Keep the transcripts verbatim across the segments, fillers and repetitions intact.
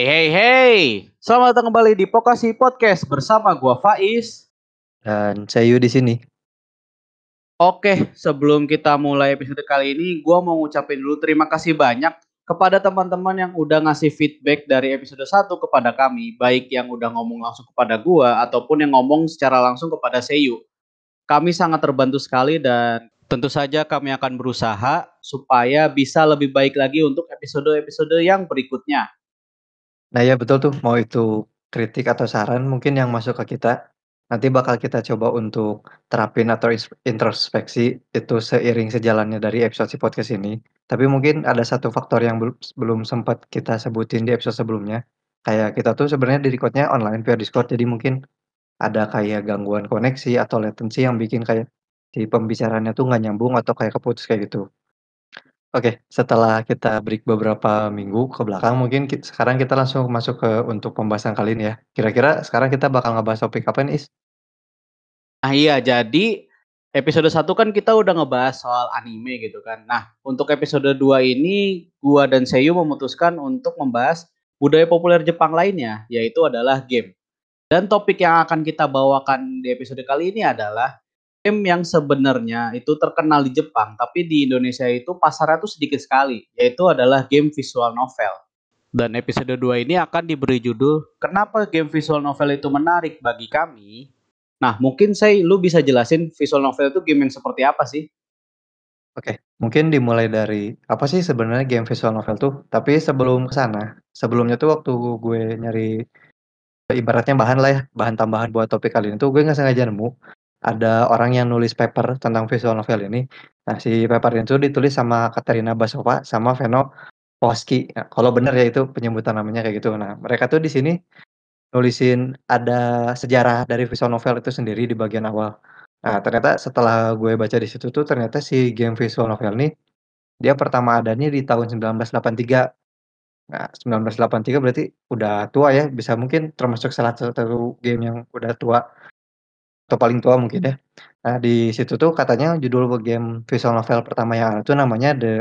Hey hey hey, selamat datang kembali di Pokasi Podcast bersama gua Faiz dan Sayu di sini. Oke, sebelum kita mulai episode kali ini, gua mau ngucapin dulu terima kasih banyak kepada teman-teman yang udah ngasih feedback dari episode satu kepada kami, baik yang udah ngomong langsung kepada gua ataupun yang ngomong secara langsung kepada Sayu. Kami sangat terbantu sekali dan tentu saja kami akan berusaha supaya bisa lebih baik lagi untuk episode-episode yang berikutnya. Nah ya betul tuh, mau itu kritik atau saran mungkin yang masuk ke kita, nanti bakal kita coba untuk terapin atau introspeksi itu seiring sejalannya dari episode si podcast ini. Tapi mungkin ada satu faktor yang belum belum sempat kita sebutin di episode sebelumnya. Kayak kita tuh sebenarnya di recordnya online via Discord, jadi mungkin ada kayak gangguan koneksi atau latency yang bikin kayak si pembicaraannya tuh nggak nyambung atau kayak keputus kayak gitu. Oke, setelah kita break beberapa minggu ke belakang, mungkin kit sekarang kita langsung masuk ke untuk pembahasan kali ini ya. Kira-kira sekarang kita bakal ngebahas topik apa nih, Is? Nah iya, jadi episode satu kan kita udah ngebahas soal anime gitu kan. Nah, untuk episode dua ini gua dan Seiyu memutuskan untuk membahas budaya populer Jepang lainnya, yaitu adalah game. Dan topik yang akan kita bawakan di episode kali ini adalah game yang sebenarnya itu terkenal di Jepang, tapi di Indonesia itu pasarnya tuh sedikit sekali, yaitu adalah game visual novel. Dan episode dua ini akan diberi judul Kenapa game visual novel itu menarik bagi kami. Nah, mungkin saya lu bisa jelasin visual novel itu game yang seperti apa sih? Oke, mungkin dimulai dari apa sih sebenarnya game visual novel tuh? Tapi sebelum ke sana, sebelumnya tuh waktu gue nyari ibaratnya bahan lah ya, bahan tambahan buat topik kali ini tuh gue nggak sengaja nemu ada orang yang nulis paper tentang visual novel ini. Nah, si paper itu ditulis sama Katerina Basova sama Veno Poski. Nah, kalau benar ya itu penyebutan namanya kayak gitu. Nah, mereka tuh di sini nulisin ada sejarah dari visual novel itu sendiri di bagian awal. Nah, ternyata setelah gue baca di situ tuh ternyata si game visual novel nih, dia pertama adanya di tahun seribu sembilan ratus delapan puluh tiga. Nah, seribu sembilan ratus delapan puluh tiga berarti udah tua ya, bisa mungkin termasuk salah satu game yang udah tua atau paling tua mungkin ya. Nah, di situ tuh katanya judul game visual novel pertama yang ada tuh namanya The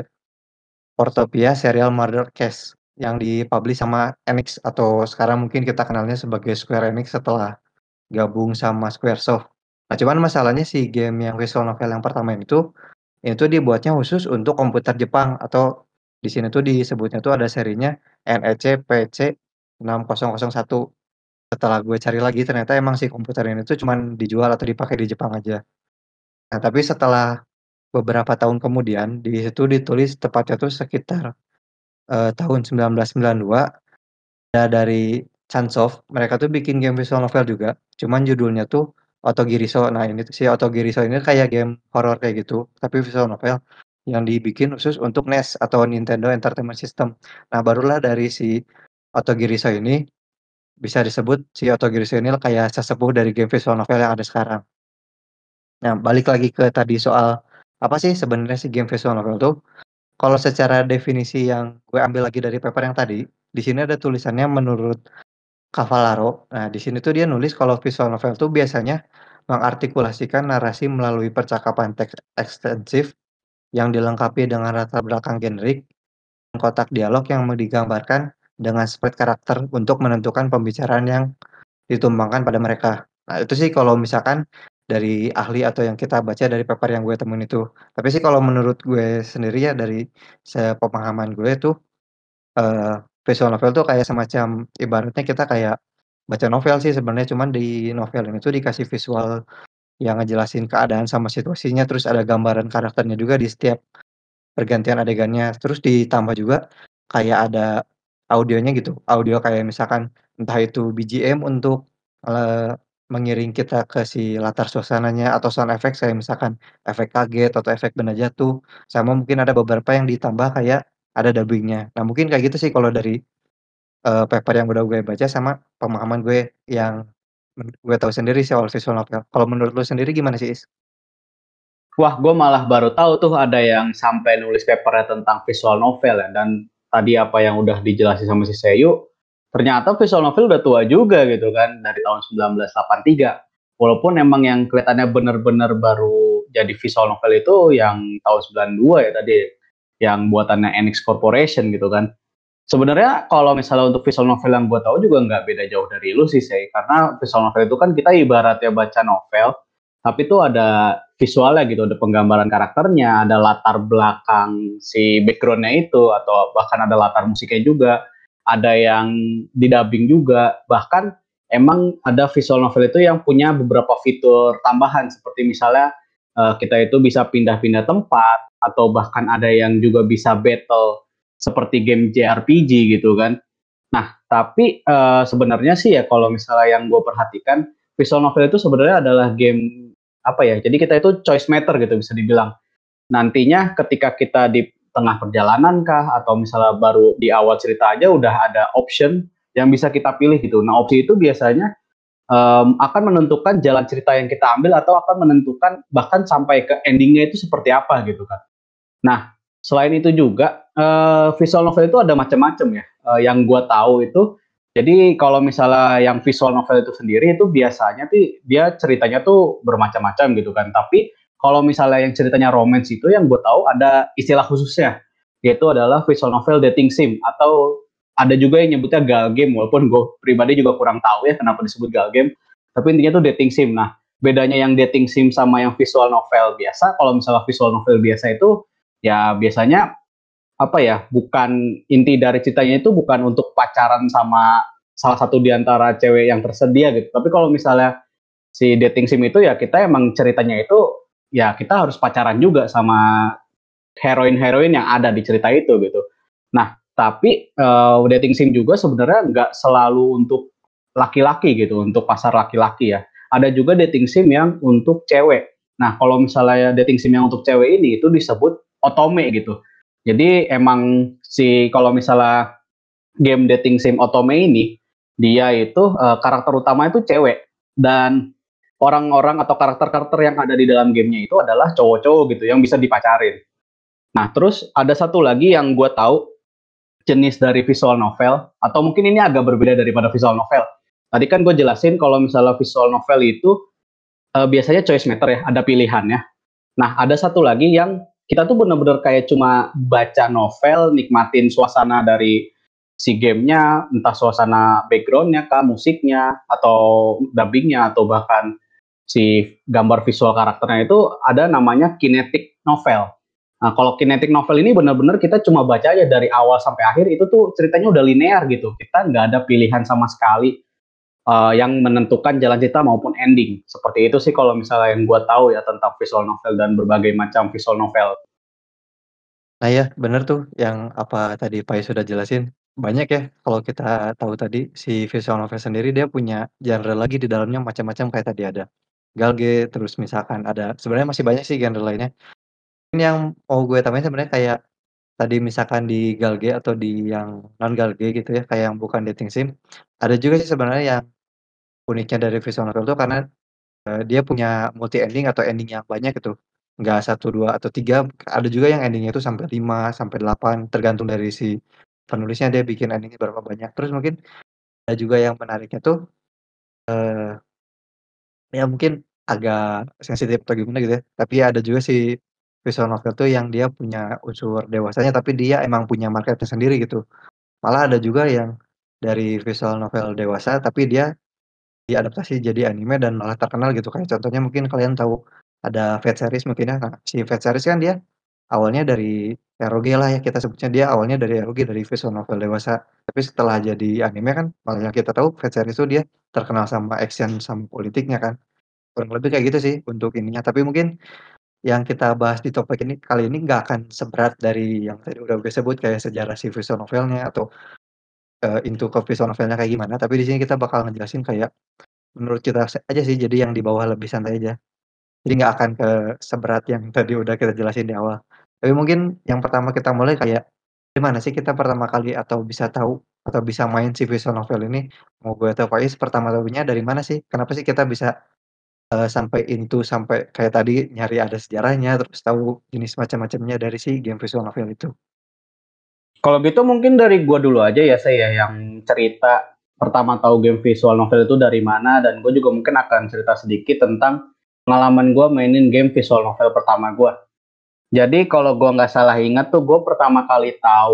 Portopia Serial Murder Case yang dipublish sama Enix atau sekarang mungkin kita kenalnya sebagai Square Enix setelah gabung sama Squaresoft. Nah, cuman masalahnya si game yang visual novel yang pertama ini tuh, itu dibuatnya khusus untuk komputer Jepang atau di sini tuh disebutnya tuh ada serinya N E C P C enam nol nol satu. Setelah gue cari lagi ternyata emang si komputer ini tuh cuman dijual atau dipakai di Jepang aja. Nah, tapi setelah beberapa tahun kemudian di situ ditulis tepatnya tuh sekitar eh, tahun seribu sembilan ratus sembilan puluh dua ada dari Chunsoft, mereka tuh bikin game visual novel juga, cuman judulnya tuh Otogiriso. Nah, ini tuh si Otogiriso ini kayak game horor kayak gitu, tapi visual novel yang dibikin khusus untuk N E S atau Nintendo Entertainment System. Nah, barulah dari si Otogiriso ini bisa disebut si Otogiriso ini kayak sesepuh dari game visual novel yang ada sekarang. Nah, balik lagi ke tadi soal apa sih sebenarnya si game visual novel tuh? Kalau secara definisi yang gue ambil lagi dari paper yang tadi, di sini ada tulisannya menurut Cavallaro. Nah, di sini tuh dia nulis kalau visual novel tuh biasanya mengartikulasikan narasi melalui percakapan teks ekstensif yang dilengkapi dengan latar belakang generik dan kotak dialog yang digambarkan dengan sprite karakter untuk menentukan pembicaraan yang ditumbangkan pada mereka. Nah, itu sih kalau misalkan dari ahli atau yang kita baca dari paper yang gue temuin itu. Tapi sih kalau menurut gue sendiri ya dari sepemahaman gue tuh Eee, visual novel tuh kayak semacam ibaratnya kita kayak baca novel sih sebenarnya, cuman di novel ini tuh dikasih visual yang ngejelasin keadaan sama situasinya, terus ada gambaran karakternya juga di setiap pergantian adegannya. Terus ditambah juga kayak ada audionya gitu, audio kayak misalkan entah itu B G M untuk, eee, mengiring kita ke si latar suasananya atau sound effects kayak misalkan efek kaget atau efek benda jatuh, sama mungkin ada beberapa yang ditambah kayak ada dubbing-nya. Nah, mungkin kayak gitu sih kalau dari Eee, paper yang udah gue baca sama pemahaman gue yang men gue tahu sendiri soal visual novel. Kalau menurut lu sendiri gimana sih, Is? Wah, gue malah baru tahu tuh ada yang sampai nulis papernya tentang visual novel ya. Dan tadi apa yang udah dijelasin sama si Seiyu, ternyata visual novel udah tua juga gitu kan, dari tahun seribu sembilan ratus delapan puluh tiga. Walaupun emang yang kelihatannya bener-bener baru jadi visual novel itu yang tahun sembilan puluh dua ya tadi, yang buatannya Enix Corporation gitu kan. Sebenarnya kalau misalnya untuk visual novel yang gue tahu juga nggak beda jauh dari lu sih, Sei. Karena visual novel itu kan kita ibaratnya baca novel, tapi itu ada visualnya gitu, ada penggambaran karakternya, ada latar belakang si backgroundnya itu, atau bahkan ada latar musiknya juga, ada yang didubbing juga, bahkan emang ada visual novel itu yang punya beberapa fitur tambahan, seperti misalnya eh, kita itu bisa pindah-pindah tempat, atau bahkan ada yang juga bisa battle seperti game J R P G gitu kan. Nah, tapi uh, sebenarnya sih ya kalau misalnya yang gue perhatikan, visual novel itu sebenarnya adalah game apa ya? Jadi kita itu choice matter gitu bisa dibilang. Nantinya ketika kita di tengah perjalanan kah atau misalnya baru di awal cerita aja udah ada option yang bisa kita pilih gitu. Nah, opsi itu biasanya um, akan menentukan jalan cerita yang kita ambil atau akan menentukan bahkan sampai ke endingnya itu seperti apa gitu kan. Nah, selain itu juga uh, visual novel itu ada macam-macam ya. Uh, yang gue tahu itu, jadi kalau misalnya yang visual novel itu sendiri itu biasanya tuh dia ceritanya tuh bermacam-macam gitu kan. Tapi kalau misalnya yang ceritanya romance itu yang gue tahu ada istilah khususnya, yaitu adalah visual novel dating sim atau ada juga yang nyebutnya gal game, walaupun gue pribadi juga kurang tahu ya kenapa disebut gal game. Tapi intinya tuh dating sim. Nah, bedanya yang dating sim sama yang visual novel biasa, kalau misalnya visual novel biasa itu ya biasanya apa ya, bukan inti dari ceritanya itu bukan untuk pacaran sama salah satu di antara cewek yang tersedia gitu. Tapi kalau misalnya si dating sim itu ya kita emang ceritanya itu ya kita harus pacaran juga sama heroin-heroin yang ada di cerita itu gitu. Nah, tapi uh, dating sim juga sebenarnya nggak selalu untuk laki-laki gitu, untuk pasar laki-laki ya. Ada juga dating sim yang untuk cewek. Nah, kalau misalnya dating sim yang untuk cewek ini itu disebut otome gitu. Jadi emang si kalau misalnya game dating sim otome ini dia itu uh, karakter utama itu cewek dan orang-orang atau karakter-karakter yang ada di dalam gamenya itu adalah cowok-cowok gitu yang bisa dipacarin. Nah, terus ada satu lagi yang gue tahu jenis dari visual novel, atau mungkin ini agak berbeda daripada visual novel. Tadi kan gue jelasin kalau misalnya visual novel itu uh, biasanya choice matter ya, ada pilihannya. Nah, ada satu lagi yang kita tuh bener-bener kayak cuma baca novel, nikmatin suasana dari si gamenya, entah suasana backgroundnya kah, musiknya, atau dubbingnya, atau bahkan si gambar visual karakternya itu ada namanya kinetic novel. Nah, kalau kinetic novel ini benar-benar kita cuma baca aja dari awal sampai akhir itu tuh ceritanya udah linear gitu. Kita nggak ada pilihan sama sekali uh, yang menentukan jalan cerita maupun ending. Seperti itu sih kalau misalnya yang gue tahu ya tentang visual novel dan berbagai macam visual novel. Nah ya, bener tuh yang apa tadi Pai sudah jelasin. Banyak ya kalau kita tahu tadi si visual novel sendiri dia punya genre lagi di dalamnya macam-macam kayak tadi ada galge, terus misalkan ada sebenarnya masih banyak sih genre lainnya. Ini yang mau gue tambahin sebenarnya kayak tadi misalkan di galge atau di yang non galge gitu ya, kayak yang bukan dating sim. Ada juga sih sebenarnya yang uniknya dari visual novel tuh karena Eee, dia punya multi ending atau ending yang banyak gitu, nggak satu dua atau tiga ada juga yang ending-nya itu sampai lima sampai delapan tergantung dari si penulisnya dia bikin ending berapa banyak. Terus mungkin ada juga yang menariknya tuh, eee, ya mungkin agak sensitif atau gimana gitu ya, tapi ada juga si visual novel tuh yang dia punya unsur dewasanya, tapi dia emang punya marketnya sendiri gitu. Malah ada juga yang dari visual novel dewasa, tapi dia diadaptasi jadi anime dan malah terkenal gitu, kayak contohnya mungkin kalian tahu ada Fate series mungkin ya. Nah, si Fate series kan dia awalnya dari R O G lah ya kita sebutnya, dia awalnya dari R O G, dari visual novel dewasa. Tapi setelah jadi anime kan malah yang kita tahu Fate series itu dia terkenal sama action sama politiknya kan. Kurang lebih kayak gitu sih untuk ininya. Tapi mungkin yang kita bahas di topik ini kali ini nggak akan seberat dari yang tadi udah gue sebut kayak sejarah si visual novelnya atau, eee, into ke visual novelnya kayak gimana, tapi di sini kita bakal ngejelasin kayak menurut kita se aja sih, jadi yang di bawah lebih santai aja. Jadi nggak akan ke seberat yang tadi udah kita jelasin di awal. Tapi mungkin yang pertama kita mulai kayak, gimana sih kita pertama kali atau bisa tahu atau bisa main si visual novel ini? Mau gue atau Faiz pertama tahunya dari mana sih? Kenapa sih kita bisa, eee, sampai into, sampai kayak tadi nyari ada sejarahnya, terus tahu jenis macam-macamnya dari si game visual novel itu? Kalau gitu mungkin dari gua dulu aja ya saya yang cerita pertama tahu game visual novel itu dari mana dan gue juga mungkin akan cerita sedikit tentang pengalaman gue mainin game visual novel pertama gue. Jadi kalau gue nggak salah ingat tuh gue pertama kali tahu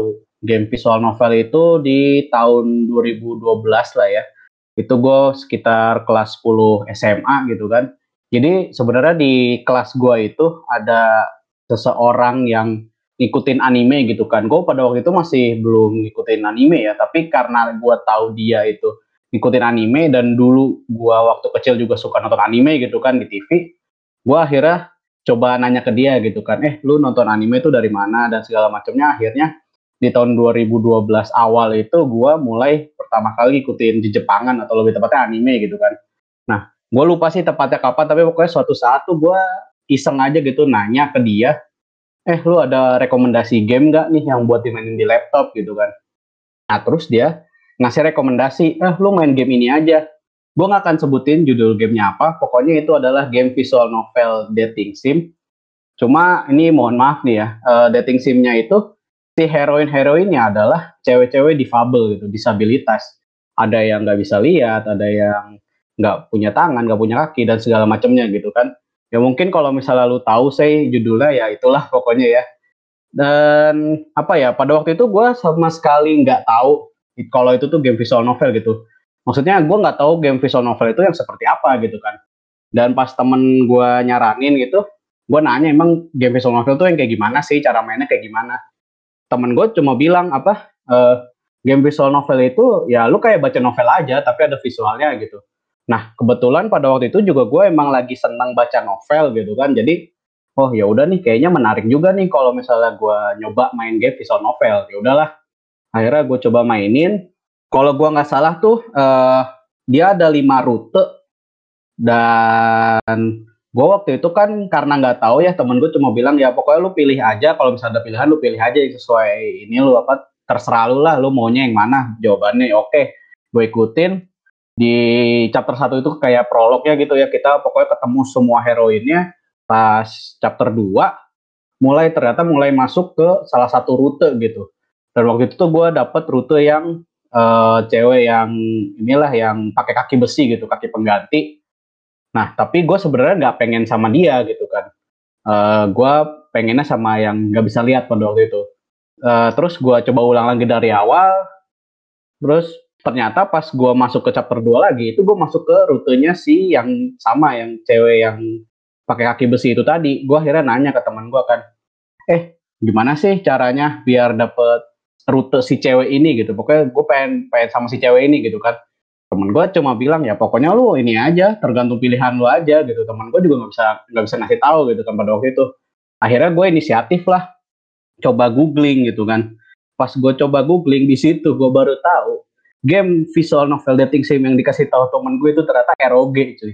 game visual novel itu di tahun dua ribu dua belas lah ya. Itu gue sekitar kelas sepuluh S M A gitu kan. Jadi sebenarnya di kelas gue itu ada seseorang yang ngikutin anime gitu kan. Gue pada waktu itu masih belum ngikutin anime ya, tapi karena gue tahu dia itu ngikutin anime dan dulu gue waktu kecil juga suka nonton anime gitu kan di T V, gue akhirnya coba nanya ke dia gitu kan, eh lu nonton anime itu dari mana dan segala macamnya. Akhirnya di tahun dua ribu dua belas awal itu gue mulai pertama kali ikutin di Jepangan atau lebih tepatnya anime gitu kan. Nah, gue lupa sih tepatnya kapan, tapi pokoknya suatu saat tuh gue iseng aja gitu nanya ke dia, eh lu ada rekomendasi game nggak nih yang buat dimainin di laptop gitu kan. Nah terus dia ngasih rekomendasi, eh lu main game ini aja. Gue nggak akan sebutin judul gamenya apa, pokoknya itu adalah game visual novel dating sim. Cuma ini mohon maaf nih ya, uh, dating simnya itu si heroin-heroinnya adalah cewek-cewek difabel gitu, disabilitas. Ada yang nggak bisa lihat, ada yang nggak punya tangan, nggak punya kaki dan segala macamnya gitu kan. Ya mungkin kalau misalnya lu tahu sih judulnya ya itulah pokoknya ya. Dan apa ya, pada waktu itu gue sama sekali nggak tahu kalau itu tuh game visual novel gitu. Maksudnya gue nggak tahu game visual novel itu yang seperti apa gitu kan. Dan pas temen gue nyaranin gitu, gue nanya emang game visual novel tuh yang kayak gimana sih, cara mainnya kayak gimana. Temen gue cuma bilang apa, eh, game visual novel itu ya lu kayak baca novel aja tapi ada visualnya gitu. Nah kebetulan pada waktu itu juga gue emang lagi senang baca novel gitu kan. Jadi oh ya udah nih kayaknya menarik juga nih kalau misalnya gue nyoba main game visual novel. Ya udahlah, akhirnya gue coba mainin. Kalau gue nggak salah tuh eh, dia ada lima rute dan gue waktu itu kan karena nggak tahu ya, temen gue cuma bilang ya pokoknya lu pilih aja, kalau misalnya ada pilihan lu pilih aja yang sesuai ini lu apa terserah lu lah, lu maunya yang mana jawabannya. Oke, gue ikutin. Di chapter satu itu kayak prolognya gitu ya, kita pokoknya ketemu semua heroinnya. Pas chapter dua mulai ternyata mulai masuk ke salah satu rute gitu. Dan waktu itu tuh gue dapet rute yang uh, cewek yang inilah yang pakai kaki besi gitu, kaki pengganti. Nah tapi gue sebenarnya nggak pengen sama dia gitu kan. Uh, gue pengennya sama yang nggak bisa lihat pada waktu itu. Uh, terus gue coba ulang lagi dari awal. Terus ternyata pas gue masuk ke chapter dua lagi, itu gue masuk ke rutenya si yang sama, yang cewek yang pakai kaki besi itu tadi. Gue akhirnya nanya ke teman gue kan, eh gimana sih caranya biar dapet rute si cewek ini gitu. Pokoknya gue pengen, pengen sama si cewek ini gitu kan. Temen gue cuma bilang ya pokoknya lu ini aja, tergantung pilihan lu aja gitu. Temen gue juga nggak bisa nggak bisa ngasih tahu gitu kan pada waktu itu. Akhirnya gue inisiatif lah, coba googling gitu kan. Pas gue coba googling di situ gue baru tahu game visual novel dating sim yang dikasih tahu temen gue itu ternyata R O G cuy.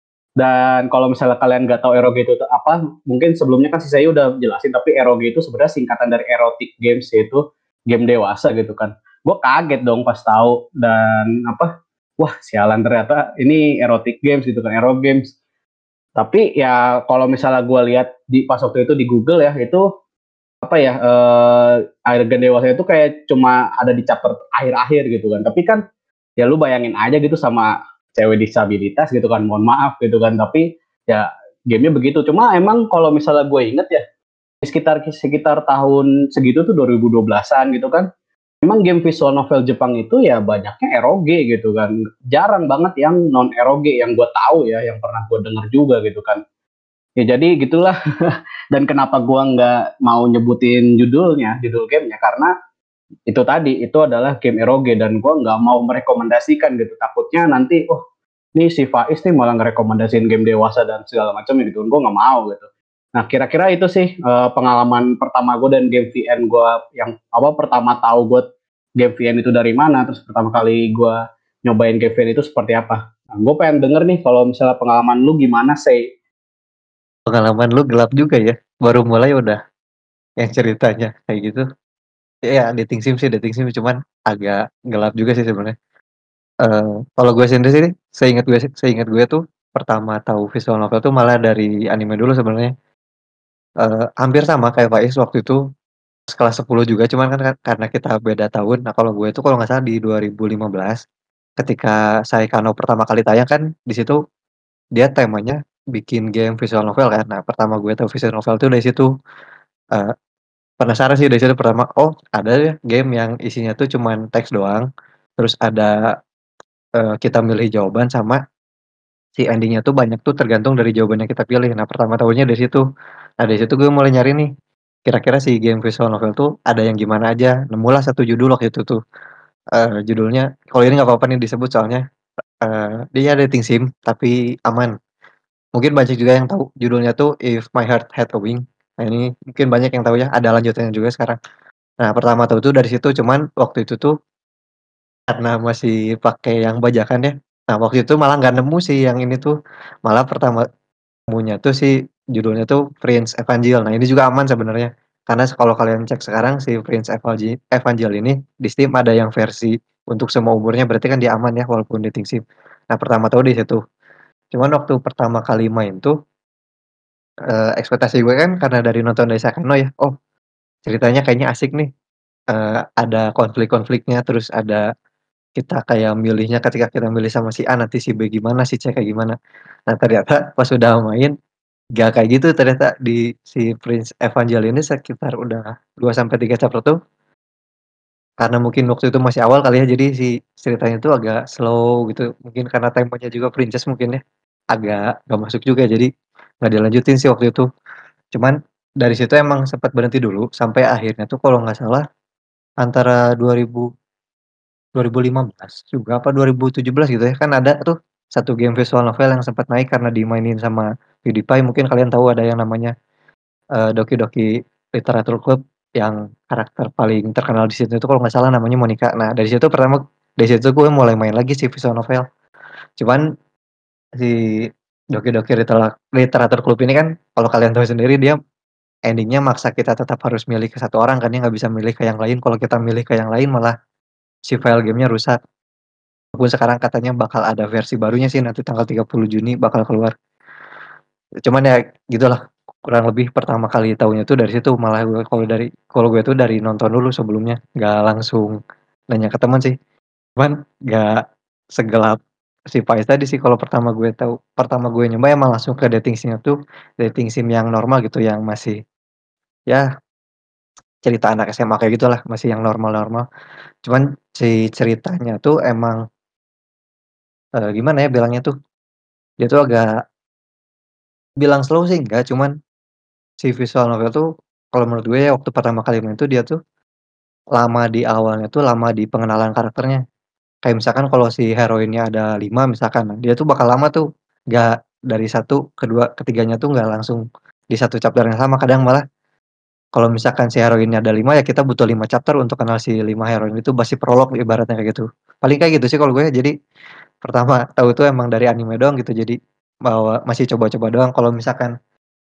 Dan kalau misalnya kalian nggak tahu R O G itu apa, mungkin sebelumnya kan si saya udah jelasin, tapi R O G itu sebenarnya singkatan dari erotic games, yaitu game dewasa gitu kan. Gue kaget dong pas tahu dan apa, wah sialan ternyata ini erotic games gitu kan, Ero games. Tapi ya kalau misalnya gue lihat di pas waktu itu di Google ya, itu apa ya, eh adegan dewasa itu kayak cuma ada di chapter akhir-akhir gitu kan. Tapi kan ya lu bayangin aja gitu sama cewek disabilitas gitu kan, mohon maaf gitu kan. Tapi ya gamenya begitu. Cuma emang kalau misalnya gue inget ya, sekitar sekitar tahun segitu tuh dua ribu dua belasan gitu kan, emang game visual novel Jepang itu ya banyaknya R O G gitu kan. Jarang banget yang non R O G yang gue tahu ya, yang pernah gue denger juga gitu kan. Ya jadi gitulah. Dan kenapa gua nggak mau nyebutin judulnya, judul gamenya, karena itu tadi, itu adalah game R O G dan gua nggak mau merekomendasikan gitu. Takutnya nanti, oh ini si Faiz nih malah ngerekomendasiin game dewasa dan segala macam gitu. Gua nggak mau gitu. Nah kira-kira itu sih uh, pengalaman pertama gue dan game V N gue, yang apa pertama tahu gue game V N itu dari mana, terus pertama kali gue nyobain game V N itu seperti apa. Nah, gue pengen denger nih kalau misalnya pengalaman lu gimana sih? Pengalaman lu gelap juga ya, baru mulai udah yang ceritanya kayak gitu. Ya dating sim sih, dating sim cuman agak gelap juga sih sebenarnya. Uh, kalau gue sendiri sih, seingat gue seingat gue tuh pertama tahu visual novel tuh malah dari anime dulu sebenarnya. Uh, hampir sama kayak Faiz waktu itu kelas sepuluh juga, cuman kan karena kita beda tahun. Nah kalau gue itu kalau nggak salah di dua ribu lima belas ketika Saikano pertama kali tayang kan, di situ dia temanya bikin game visual novel kan. Nah pertama gue tahu visual novel tuh dari situ. Uh, penasaran sih dari situ pertama, oh ada ya game yang isinya tuh cuman teks doang, terus ada, eee, kita milih jawaban sama si ending-nya tuh banyak tuh tergantung dari jawaban yang kita pilih. Nah pertama tahunya dari situ. Nah dari situ gue mulai nyari nih, kira-kira si game visual novel tuh ada yang gimana aja. Nemulah satu judul waktu itu tuh, eee, judulnya kalau ini nggak apa-apa nih disebut soalnya, eee, dia dating sim tapi aman. Mungkin banyak juga yang tahu judulnya tuh If My Heart Had a Wing. Nah ini mungkin banyak yang tahu ya, ada lanjutannya juga sekarang. Nah pertama tahu tuh dari situ, cuman waktu itu tuh karena masih pakai yang bajakan ya, nah waktu itu malah nggak nemu sih yang ini tuh, malah pertama nemunya tuh si judulnya tuh Prince Evangel. Nah ini juga aman sebenarnya, karena kalau kalian cek sekarang si Prince Evangi Evangel ini di Steam ada yang versi untuk semua umurnya, berarti kan dia aman ya walaupun dating sim. Nah pertama tahu di situ. Cuman waktu pertama kali main tuh, eee, ekspektasi gue kan karena dari nonton Daisuke no ya, oh ceritanya kayaknya asik nih, eee, ada konflik-konfliknya, terus ada kita kayak milihnya ketika kita milih sama si A nanti si B gimana, si C kayak gimana. Nah ternyata pas udah main, nggak kayak gitu ternyata di si Prince Evangel ini sekitar udah dua sampai tiga chapter tuh, karena mungkin waktu itu masih awal kali ya, jadi si ceritanya tuh agak slow gitu, mungkin karena temponya juga princess mungkin ya, agak nggak masuk juga jadi nggak dilanjutin sih waktu itu. Cuman dari situ emang sempat berhenti dulu sampai akhirnya tuh kalau nggak salah antara dua ribu dua ribu lima belas juga apa dua ribu tujuh belas gitu ya, kan ada tuh satu game visual novel yang sempat naik karena dimainin sama PewDiePie, mungkin kalian tahu ada yang namanya, eee, Doki Doki Literature Club yang karakter paling terkenal di situ itu kalau nggak salah namanya Monica. Nah dari situ pertama dari situ gue mulai main lagi sih visual novel. Cuman si Doki Doki Litera Literature Club ini kan kalau kalian tahu sendiri dia ending-nya maksa kita tetap harus milih ke satu orang kan ya, nggak bisa milih ke yang lain, kalau kita milih ke yang lain malah si file game-nya rusak. Walaupun sekarang katanya bakal ada versi barunya sih nanti tanggal tiga puluh Juni bakal keluar. Cuman ya gitulah, kurang lebih pertama kali tahunya tuh dari situ, malah gue kalau dari kalau gue tuh dari nonton dulu sebelumnya, nggak langsung nanya ke teman sih. Cuman nggak segelap si Faiz tadi sih kalau pertama gue tahu, pertama gue nyoba emang langsung ke dating sim tuh, dating sim yang normal gitu, yang masih ya cerita anak S M A kayak gitulah, masih yang normal-normal. Cuman si ceritanya tuh emang, eee, gimana ya bilangnya tuh, dia tuh agak bilang slow sih enggak, cuman si visual novel tuh kalau menurut gue ya waktu pertama kali main tuh dia tuh lama di awalnya tuh lama di pengenalan karakternya. Kayak misalkan kalau si heroinnya ada lima misalkan, nah dia tuh bakal lama tuh, nggak dari satu, kedua, ketiganya tuh nggak langsung di satu chapter yang sama, kadang malah kalau misalkan si heroinnya ada lima ya kita butuh lima chapter untuk kenal si lima heroin itu, masih prolog ibaratnya kayak gitu. Paling kayak gitu sih kalau gue, jadi pertama tahu tuh emang dari anime doang gitu, jadi bahwa masih coba-coba doang. Kalau misalkan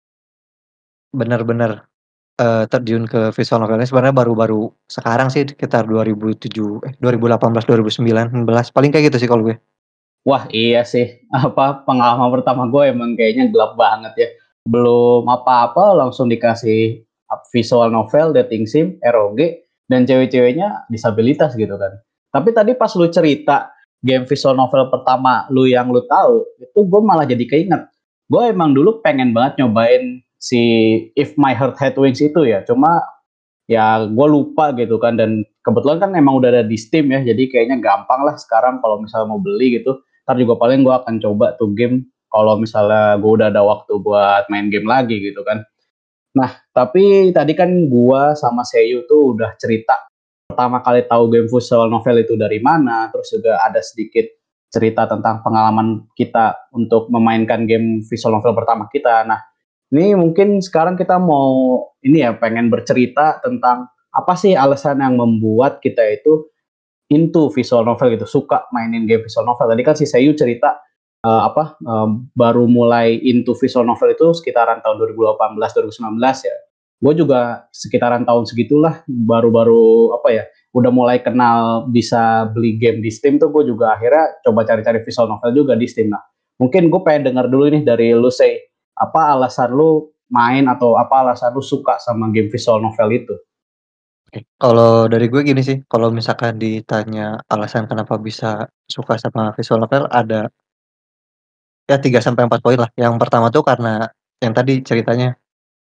bener-bener Eee, terjun ke visual novelnya sebenarnya baru-baru sekarang sih sekitar dua ribu tujuh eh, dua ribu delapan belas, dua ribu sembilan belas paling kayak gitu sih kalau gue. Wah iya sih, apa, pengalaman pertama gue emang kayaknya gelap banget ya. Belum apa-apa langsung dikasih visual novel, dating sim, R O G, dan cewek-ceweknya disabilitas gitu kan. Tapi tadi pas lu cerita game visual novel pertama lu yang lu tahu, itu gue malah jadi keinget. Gue emang dulu pengen banget nyobain si If My Heart Had Wings itu ya, cuma ya gue lupa gitu kan, dan kebetulan kan emang udah ada di Steam ya, jadi kayaknya gampang lah sekarang kalau misalnya mau beli gitu. Ntar juga paling gue akan coba tuh game kalau misalnya gue udah ada waktu buat main game lagi gitu kan. Nah tapi tadi kan gue sama Seiyu tuh udah cerita pertama kali tahu game visual novel itu dari mana, terus juga ada sedikit cerita tentang pengalaman kita untuk memainkan game visual novel pertama kita. Nah ini mungkin sekarang kita mau ini ya, pengen bercerita tentang apa sih alasan yang membuat kita itu into visual novel gitu, suka mainin game visual novel. Tadi kan si Seiyu cerita uh, apa um, baru mulai into visual novel itu sekitaran tahun dua ribu delapan belas dua ribu sembilan belas ya. Gue juga sekitaran tahun segitulah baru-baru apa ya, udah mulai kenal bisa beli game di Steam tuh gue juga akhirnya coba cari-cari visual novel juga di Steam. Nah, mungkin gue pengen dengar dulu nih dari lu say, apa alasan lu main atau apa alasan lu suka sama game visual novel itu? Oke. Kalau dari gue gini sih, kalau misalkan ditanya alasan kenapa bisa suka sama visual novel ada ya tiga sampai empat poin lah. Yang pertama tuh karena yang tadi ceritanya,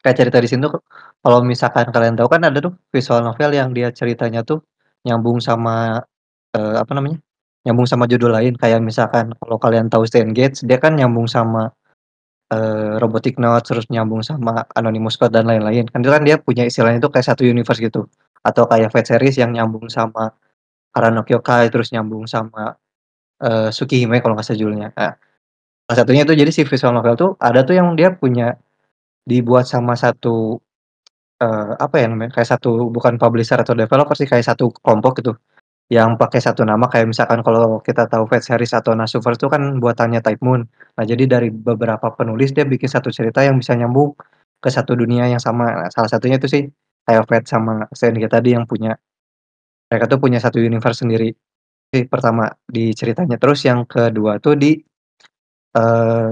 kayak cerita di sini tuh kalau misalkan kalian tahu kan ada tuh visual novel yang dia ceritanya tuh nyambung sama, eee, apa namanya, nyambung sama judul lain kayak misalkan kalau kalian tahu Steins Gate dia kan nyambung sama, eee, Robotic Notes terus nyambung sama Anonymous Code dan lain-lain. Kan itu kan dia punya istilahnya itu kayak satu universe gitu. Atau kayak Fate series yang nyambung sama Ara no Kyokai terus nyambung sama, eee, Tsukihime kalau nggak salah judulnya. Nah, salah satunya itu jadi si visual novel tuh ada tuh yang dia punya dibuat sama satu, eee, apa ya namanya, kayak satu bukan publisher atau developer sih, kayak satu kelompok gitu, yang pakai satu nama kayak misalkan kalau kita tahu Fate series atau Nasuverse itu kan buatannya Type Moon. Nah, jadi dari beberapa penulis dia bikin satu cerita yang bisa nyambung ke satu dunia yang sama. Nah, salah satunya itu sih kayak Fate sama Steins Gate tadi yang punya mereka tuh punya satu universe sendiri sih pertama di ceritanya. Terus yang kedua tuh di, eee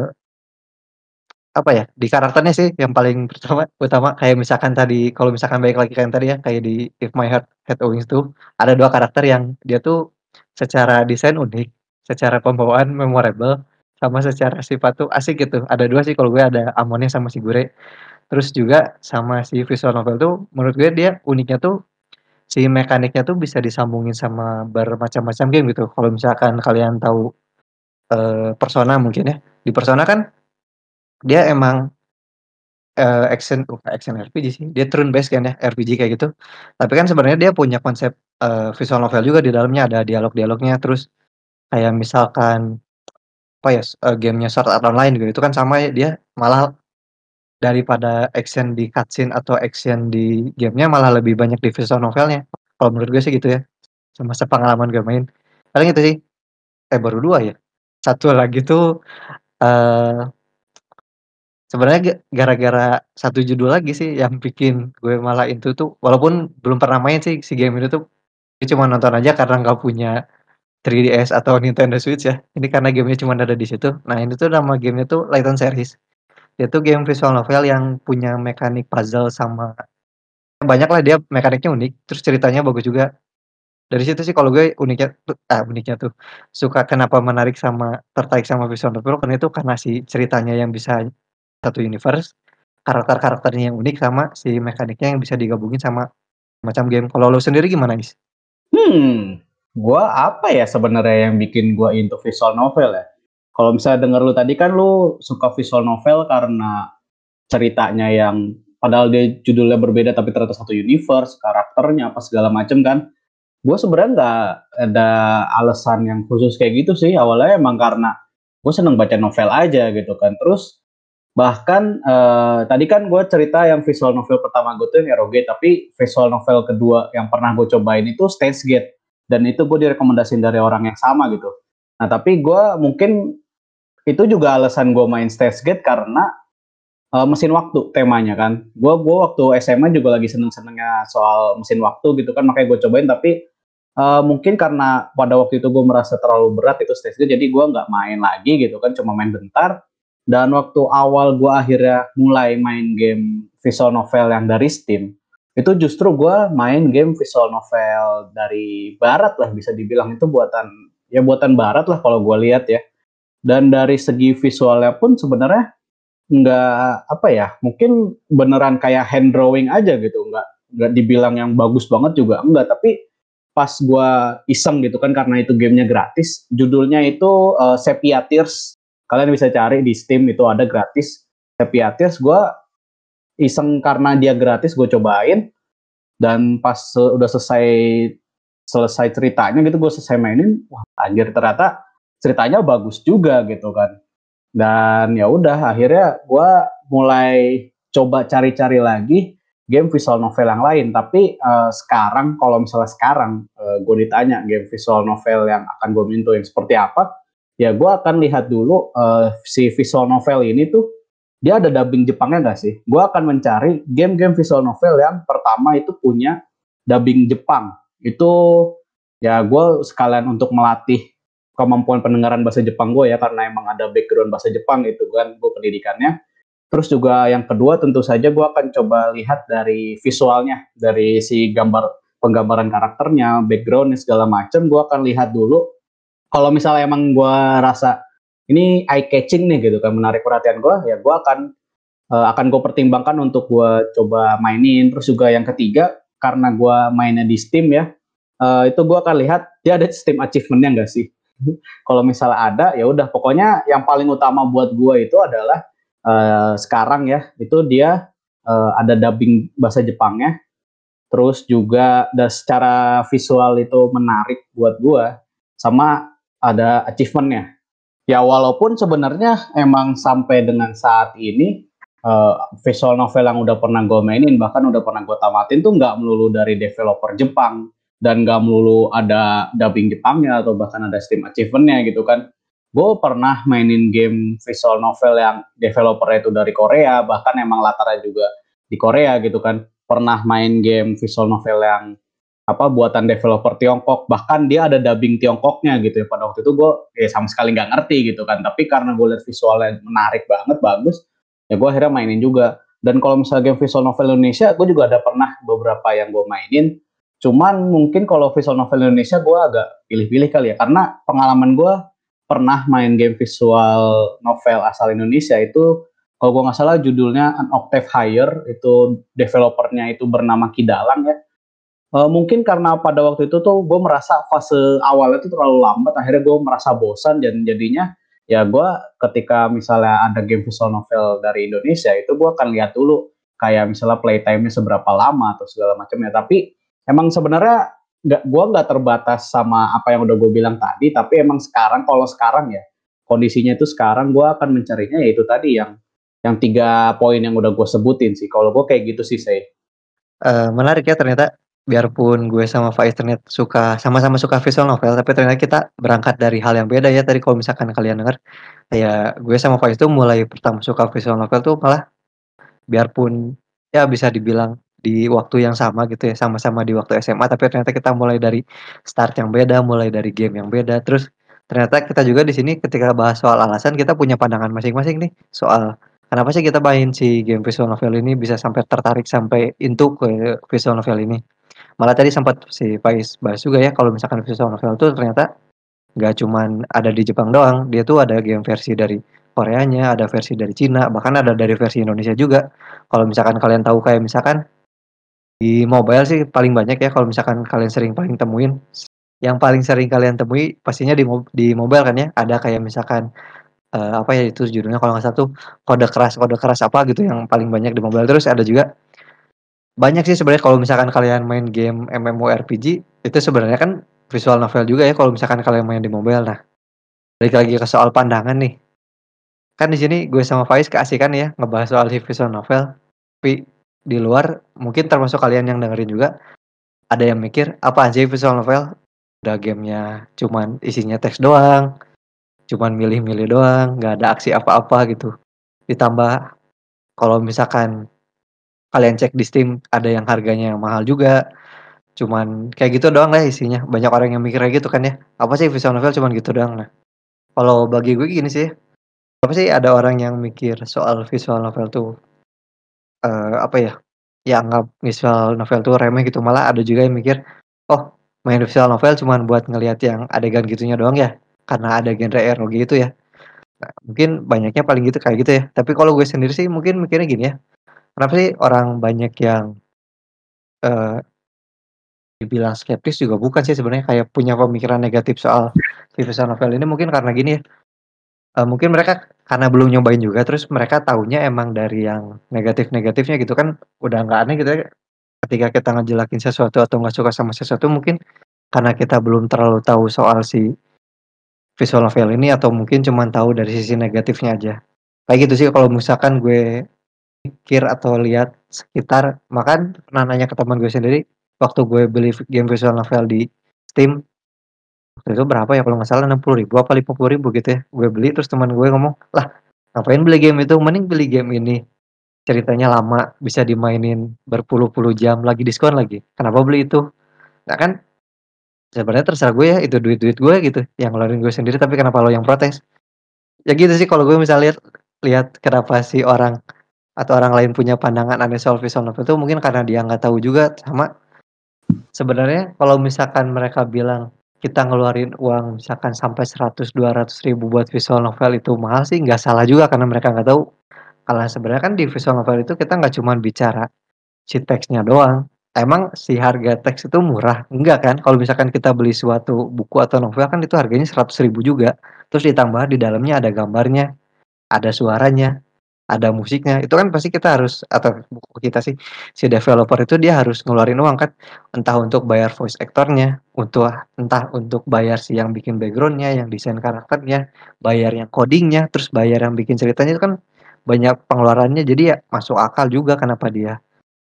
apa ya, di karakternya sih yang paling pertama utama kayak misalkan tadi kalau misalkan balik lagi ke yang tadi ya, kayak di If My Heart Had Wings tuh, ada dua karakter yang dia tuh secara desain unik, secara pembawaan memorable, sama secara sifat tuh asik gitu. Ada dua sih kalau gue, ada Amone sama Shigure. Terus juga sama si visual novel tuh menurut gue dia uniknya tuh, si mekaniknya tuh bisa disambungin sama bermacam-macam game gitu. Kalau misalkan kalian tahu, eee, Persona mungkin ya, di Persona kan dia emang Eee, action bukan action R P G sih, dia turn based kan ya, R P G kayak gitu. Tapi kan sebenarnya dia punya konsep, eee, visual novel juga di dalamnya, ada dialog-dialognya, terus kayak misalkan, apa ya, s eee, gamenya Sword Art Online gitu, itu kan sama ya, dia malah daripada action di cutscene atau action di gamenya malah lebih banyak di visual novelnya. Kalau menurut gue sih gitu ya, semasa pengalaman gue main. Paling itu sih, eh baru dua ya? Satu lagi tuh, eee sebenarnya ga gara-gara satu judul lagi sih yang bikin gue malah itu tuh walaupun belum pernah main sih si game itu tuh, gue cuma nonton aja karena nggak punya tiga D S atau Nintendo Switch ya. Ini karena gamenya cuman ada di situ. Nah ini tuh nama gamenya tuh Layton Series. Dia tuh game visual novel yang punya mekanik puzzle sama banyak lah dia mekaniknya unik, terus ceritanya bagus juga. Dari situ sih kalau gue uniknya tuh ah, uniknya tuh, suka kenapa menarik sama tertarik sama visual novel karena itu karena si ceritanya yang bisa satu universe, karakter-karakternya yang unik, sama si mekaniknya yang bisa digabungin sama macam game. Kalau lu sendiri gimana, Is? Hmm, gua apa ya sebenarnya yang bikin gua into visual novel ya? Kalau misalnya denger lu tadi kan lu suka visual novel karena ceritanya yang padahal dia judulnya berbeda tapi ternyata satu universe, karakternya apa segala macem kan. Gue sebenarnya nggak ada alasan yang khusus kayak gitu sih. Awalnya emang karena gue seneng baca novel aja gitu kan. Terus bahkan eh, tadi kan gue cerita yang visual novel pertama gue tuh yang Eroge, tapi visual novel kedua yang pernah gue cobain itu Steins Gate, dan itu gue direkomendasiin dari orang yang sama gitu. Nah tapi gue mungkin itu juga alasan gue main Steins Gate karena eh, mesin waktu temanya kan. Gue gue waktu S M A juga lagi seneng senengnya soal mesin waktu gitu kan, makanya gue cobain. Tapi eh, mungkin karena pada waktu itu gue merasa terlalu berat itu Steins Gate, jadi gue nggak main lagi gitu kan, cuma main bentar. Dan waktu awal gue akhirnya mulai main game visual novel yang dari Steam, itu justru gue main game visual novel dari barat lah, bisa dibilang itu buatan ya buatan barat lah kalau gue lihat ya. Dan dari segi visualnya pun sebenarnya nggak apa ya, mungkin beneran kayak hand drawing aja gitu, nggak nggak dibilang yang bagus banget juga enggak. Tapi pas gue iseng gitu kan, karena itu gamenya gratis, judulnya itu uh, Sepia Tears. Kalian bisa cari di Steam, itu ada gratis Sepia Tears. Gue iseng karena dia gratis, gue cobain. Dan pas uh, udah selesai selesai ceritanya gitu, gue selesai mainin, wah anjir ternyata ceritanya bagus juga gitu kan. Dan ya udah akhirnya gue mulai coba cari-cari lagi game visual novel yang lain. Tapi uh, sekarang kalau misalnya sekarang uh, gue ditanya game visual novel yang akan gue minta yang seperti apa, ya gue akan lihat dulu uh, si visual novel ini tuh dia ada dubbing Jepangnya nggak sih. Gue akan mencari game-game visual novel yang pertama itu punya dubbing Jepang. Itu ya gue sekalian untuk melatih kemampuan pendengaran bahasa Jepang gue ya, karena emang ada background bahasa Jepang itu kan gue pendidikannya. Terus juga yang kedua tentu saja gue akan coba lihat dari visualnya, dari si gambar penggambaran karakternya, backgroundnya segala macam. Gue akan lihat dulu. Kalau misalnya emang gue rasa ini eye catching nih gitu kan, menarik perhatian gue, ya gue akan uh, akan gue pertimbangkan untuk gue coba mainin. Terus juga yang ketiga, karena gue mainnya di Steam ya, uh, itu gue akan lihat dia ada Steam achievementnya nggak sih. Kalau misalnya ada, ya udah pokoknya yang paling utama buat gue itu adalah uh, sekarang ya, itu dia uh, ada dubbing bahasa Jepangnya. Terus juga dan secara visual itu menarik buat gue, sama ada achievementnya. Ya walaupun sebenarnya emang sampai dengan saat ini uh, visual novel yang udah pernah gue mainin, bahkan udah pernah gue tamatin tuh nggak melulu dari developer Jepang, dan nggak melulu ada dubbing Jepangnya atau bahkan ada Steam achievementnya gitu kan. Gue pernah mainin game visual novel yang developernya itu dari Korea, bahkan emang latarnya juga di Korea gitu kan. Pernah main game visual novel yang apa buatan developer Tiongkok, bahkan dia ada dubbing Tiongkoknya gitu ya. Pada waktu itu gue ya sama sekali nggak ngerti gitu kan, tapi karena gue lihat visualnya menarik banget, bagus, ya gue akhirnya mainin juga. Dan kalau misalnya game visual novel Indonesia, gue juga ada pernah beberapa yang gue mainin, cuman mungkin kalau visual novel Indonesia gue agak pilih-pilih kali ya, karena pengalaman gue pernah main game visual novel asal Indonesia itu, kalau gue nggak salah judulnya An Octave Higher, itu developernya itu bernama Kidalang ya. Uh, mungkin karena pada waktu itu tuh gue merasa fase awalnya tuh terlalu lambat, akhirnya gue merasa bosan, dan jadinya ya gue ketika misalnya ada game visual novel dari Indonesia itu gue akan lihat dulu kayak misalnya playtime-nya seberapa lama atau segala macamnya. Tapi emang sebenarnya nggak, gue nggak terbatas sama apa yang udah gue bilang tadi, tapi emang sekarang, kalau sekarang ya kondisinya itu sekarang gue akan mencarinya yaitu tadi yang yang tiga poin yang udah gue sebutin sih. Kalau gue kayak gitu sih saya. Uh, menarik ya ternyata. Biarpun gue sama Faiz ternyata suka sama-sama suka visual novel, tapi ternyata kita berangkat dari hal yang beda ya. Tadi kalau misalkan kalian dengar, kayak gue sama Faiz tuh mulai pertama suka visual novel tuh malah biarpun ya bisa dibilang di waktu yang sama gitu ya, sama-sama di waktu S M A, tapi ternyata kita mulai dari start yang beda, mulai dari game yang beda. Terus ternyata kita juga di sini ketika bahas soal alasan, kita punya pandangan masing-masing nih soal kenapa sih kita main si game visual novel ini bisa sampai tertarik sampai into ke visual novel ini. Malah tadi sempat si Faiz bahas juga ya kalau misalkan visual novel tuh ternyata nggak cuman ada di Jepang doang, dia tuh ada game versi dari Koreanya, ada versi dari Cina, bahkan ada dari versi Indonesia juga. Kalau misalkan kalian tahu kayak misalkan di mobile sih paling banyak ya kalau misalkan kalian sering paling temuin, yang paling sering kalian temui pastinya di mo di mobile kan ya, ada kayak misalkan, eee, apa ya itu judulnya kalau nggak salah tuh kode keras kode keras apa gitu yang paling banyak di mobile. Terus ada juga banyak sih sebenarnya kalau misalkan kalian main game MMORPG, itu sebenarnya kan visual novel juga ya kalau misalkan kalian main di mobile. Nah, balik lagi ke soal pandangan nih. Kan di sini gue sama Faiz keasikan ya ngebahas soal si visual novel, tapi di luar mungkin termasuk kalian yang dengerin juga, ada yang mikir, "Apaan sih visual novel? Udah gamenya cuman isinya teks doang, cuman milih-milih doang, nggak ada aksi apa-apa," gitu. Ditambah kalau misalkan kalian cek di Steam ada yang harganya yang mahal juga, cuman kayak gitu doang lah isinya. Banyak orang yang mikir kayak gitu kan ya, "Apa sih visual novel cuman gitu doang?" Nah, kalau bagi gue gini sih, apa sih ada orang yang mikir soal visual novel tuh Eee, apa ya, ya anggap visual novel tuh remeh gitu, malah ada juga yang mikir, "Oh, main visual novel cuman buat ngelihat yang adegan gitunya doang ya, karena ada genre R O G itu ya." Nah, mungkin banyaknya paling gitu kayak gitu ya. Tapi kalau gue sendiri sih mungkin mikirnya gini ya, kenapa sih orang banyak yang, eee, dibilang skeptis juga bukan sih sebenarnya, kayak punya pemikiran negatif soal si visual novel ini mungkin karena gini ya, eee, mungkin mereka karena belum nyobain juga, terus mereka taunya emang dari yang negatif-negatifnya gitu kan, udah nggak aneh gitu ya. Ketika kita ngejelakin sesuatu atau nggak suka sama sesuatu mungkin karena kita belum terlalu tahu soal si visual novel ini atau mungkin cuman tahu dari sisi negatifnya aja. Kayak gitu sih kalau misalkan gue mikir atau lihat sekitar, bahkan pernah nanya ke teman gue sendiri, waktu gue beli v game visual novel di Steam, waktu itu berapa ya kalau nggak salah enam puluh ribu apa lima puluh ribu gitu ya, gue beli terus teman gue ngomong, "Lah ngapain beli game itu, mending beli game ini, ceritanya lama, bisa dimainin berpuluh-puluh jam, lagi diskon lagi, kenapa beli itu?" Nah kan sebenarnya terserah gue ya, itu duit-duit gue gitu, yang ngeluarin gue sendiri, tapi kenapa lo yang protes? Ya gitu sih kalau gue misal lihat lihat kenapa si orang atau orang lain punya pandangan aneh soal visual novel itu mungkin karena dia nggak tahu juga, sama sebenarnya kalau misalkan mereka bilang kita ngeluarin uang misalkan sampai seratus, dua ratus ribu buat visual novel itu mahal sih nggak salah juga karena mereka nggak tahu. Kalau sebenarnya kan di visual novel itu kita nggak cuman bicara si teksnya doang. Emang si harga teks itu murah? Enggak kan? Kalau misalkan kita beli suatu buku atau novel kan itu harganya seratus ribu juga. Terus ditambah di dalamnya ada gambarnya, ada suaranya, ada musiknya. Itu kan pasti kita harus atau buku kita sih, si developer itu dia harus ngeluarin uang kan. Entah untuk bayar voice actor-nya, untuk entah untuk bayar si yang bikin background-nya, yang desain karakternya, bayar yang coding-nya, terus bayar yang bikin ceritanya itu kan banyak pengeluarannya. Jadi ya masuk akal juga kenapa dia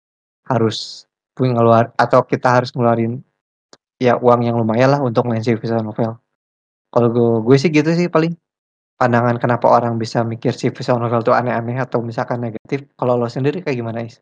harus punya ngeluar atau kita harus ngeluarin ya uang yang lumayan lah untuk main si visual novel. Kalau gue gue sih gitu sih paling, pandangan kenapa orang bisa mikir si visual novel tuh aneh-aneh atau misalkan negatif. Kalau lo sendiri kayak gimana, Is?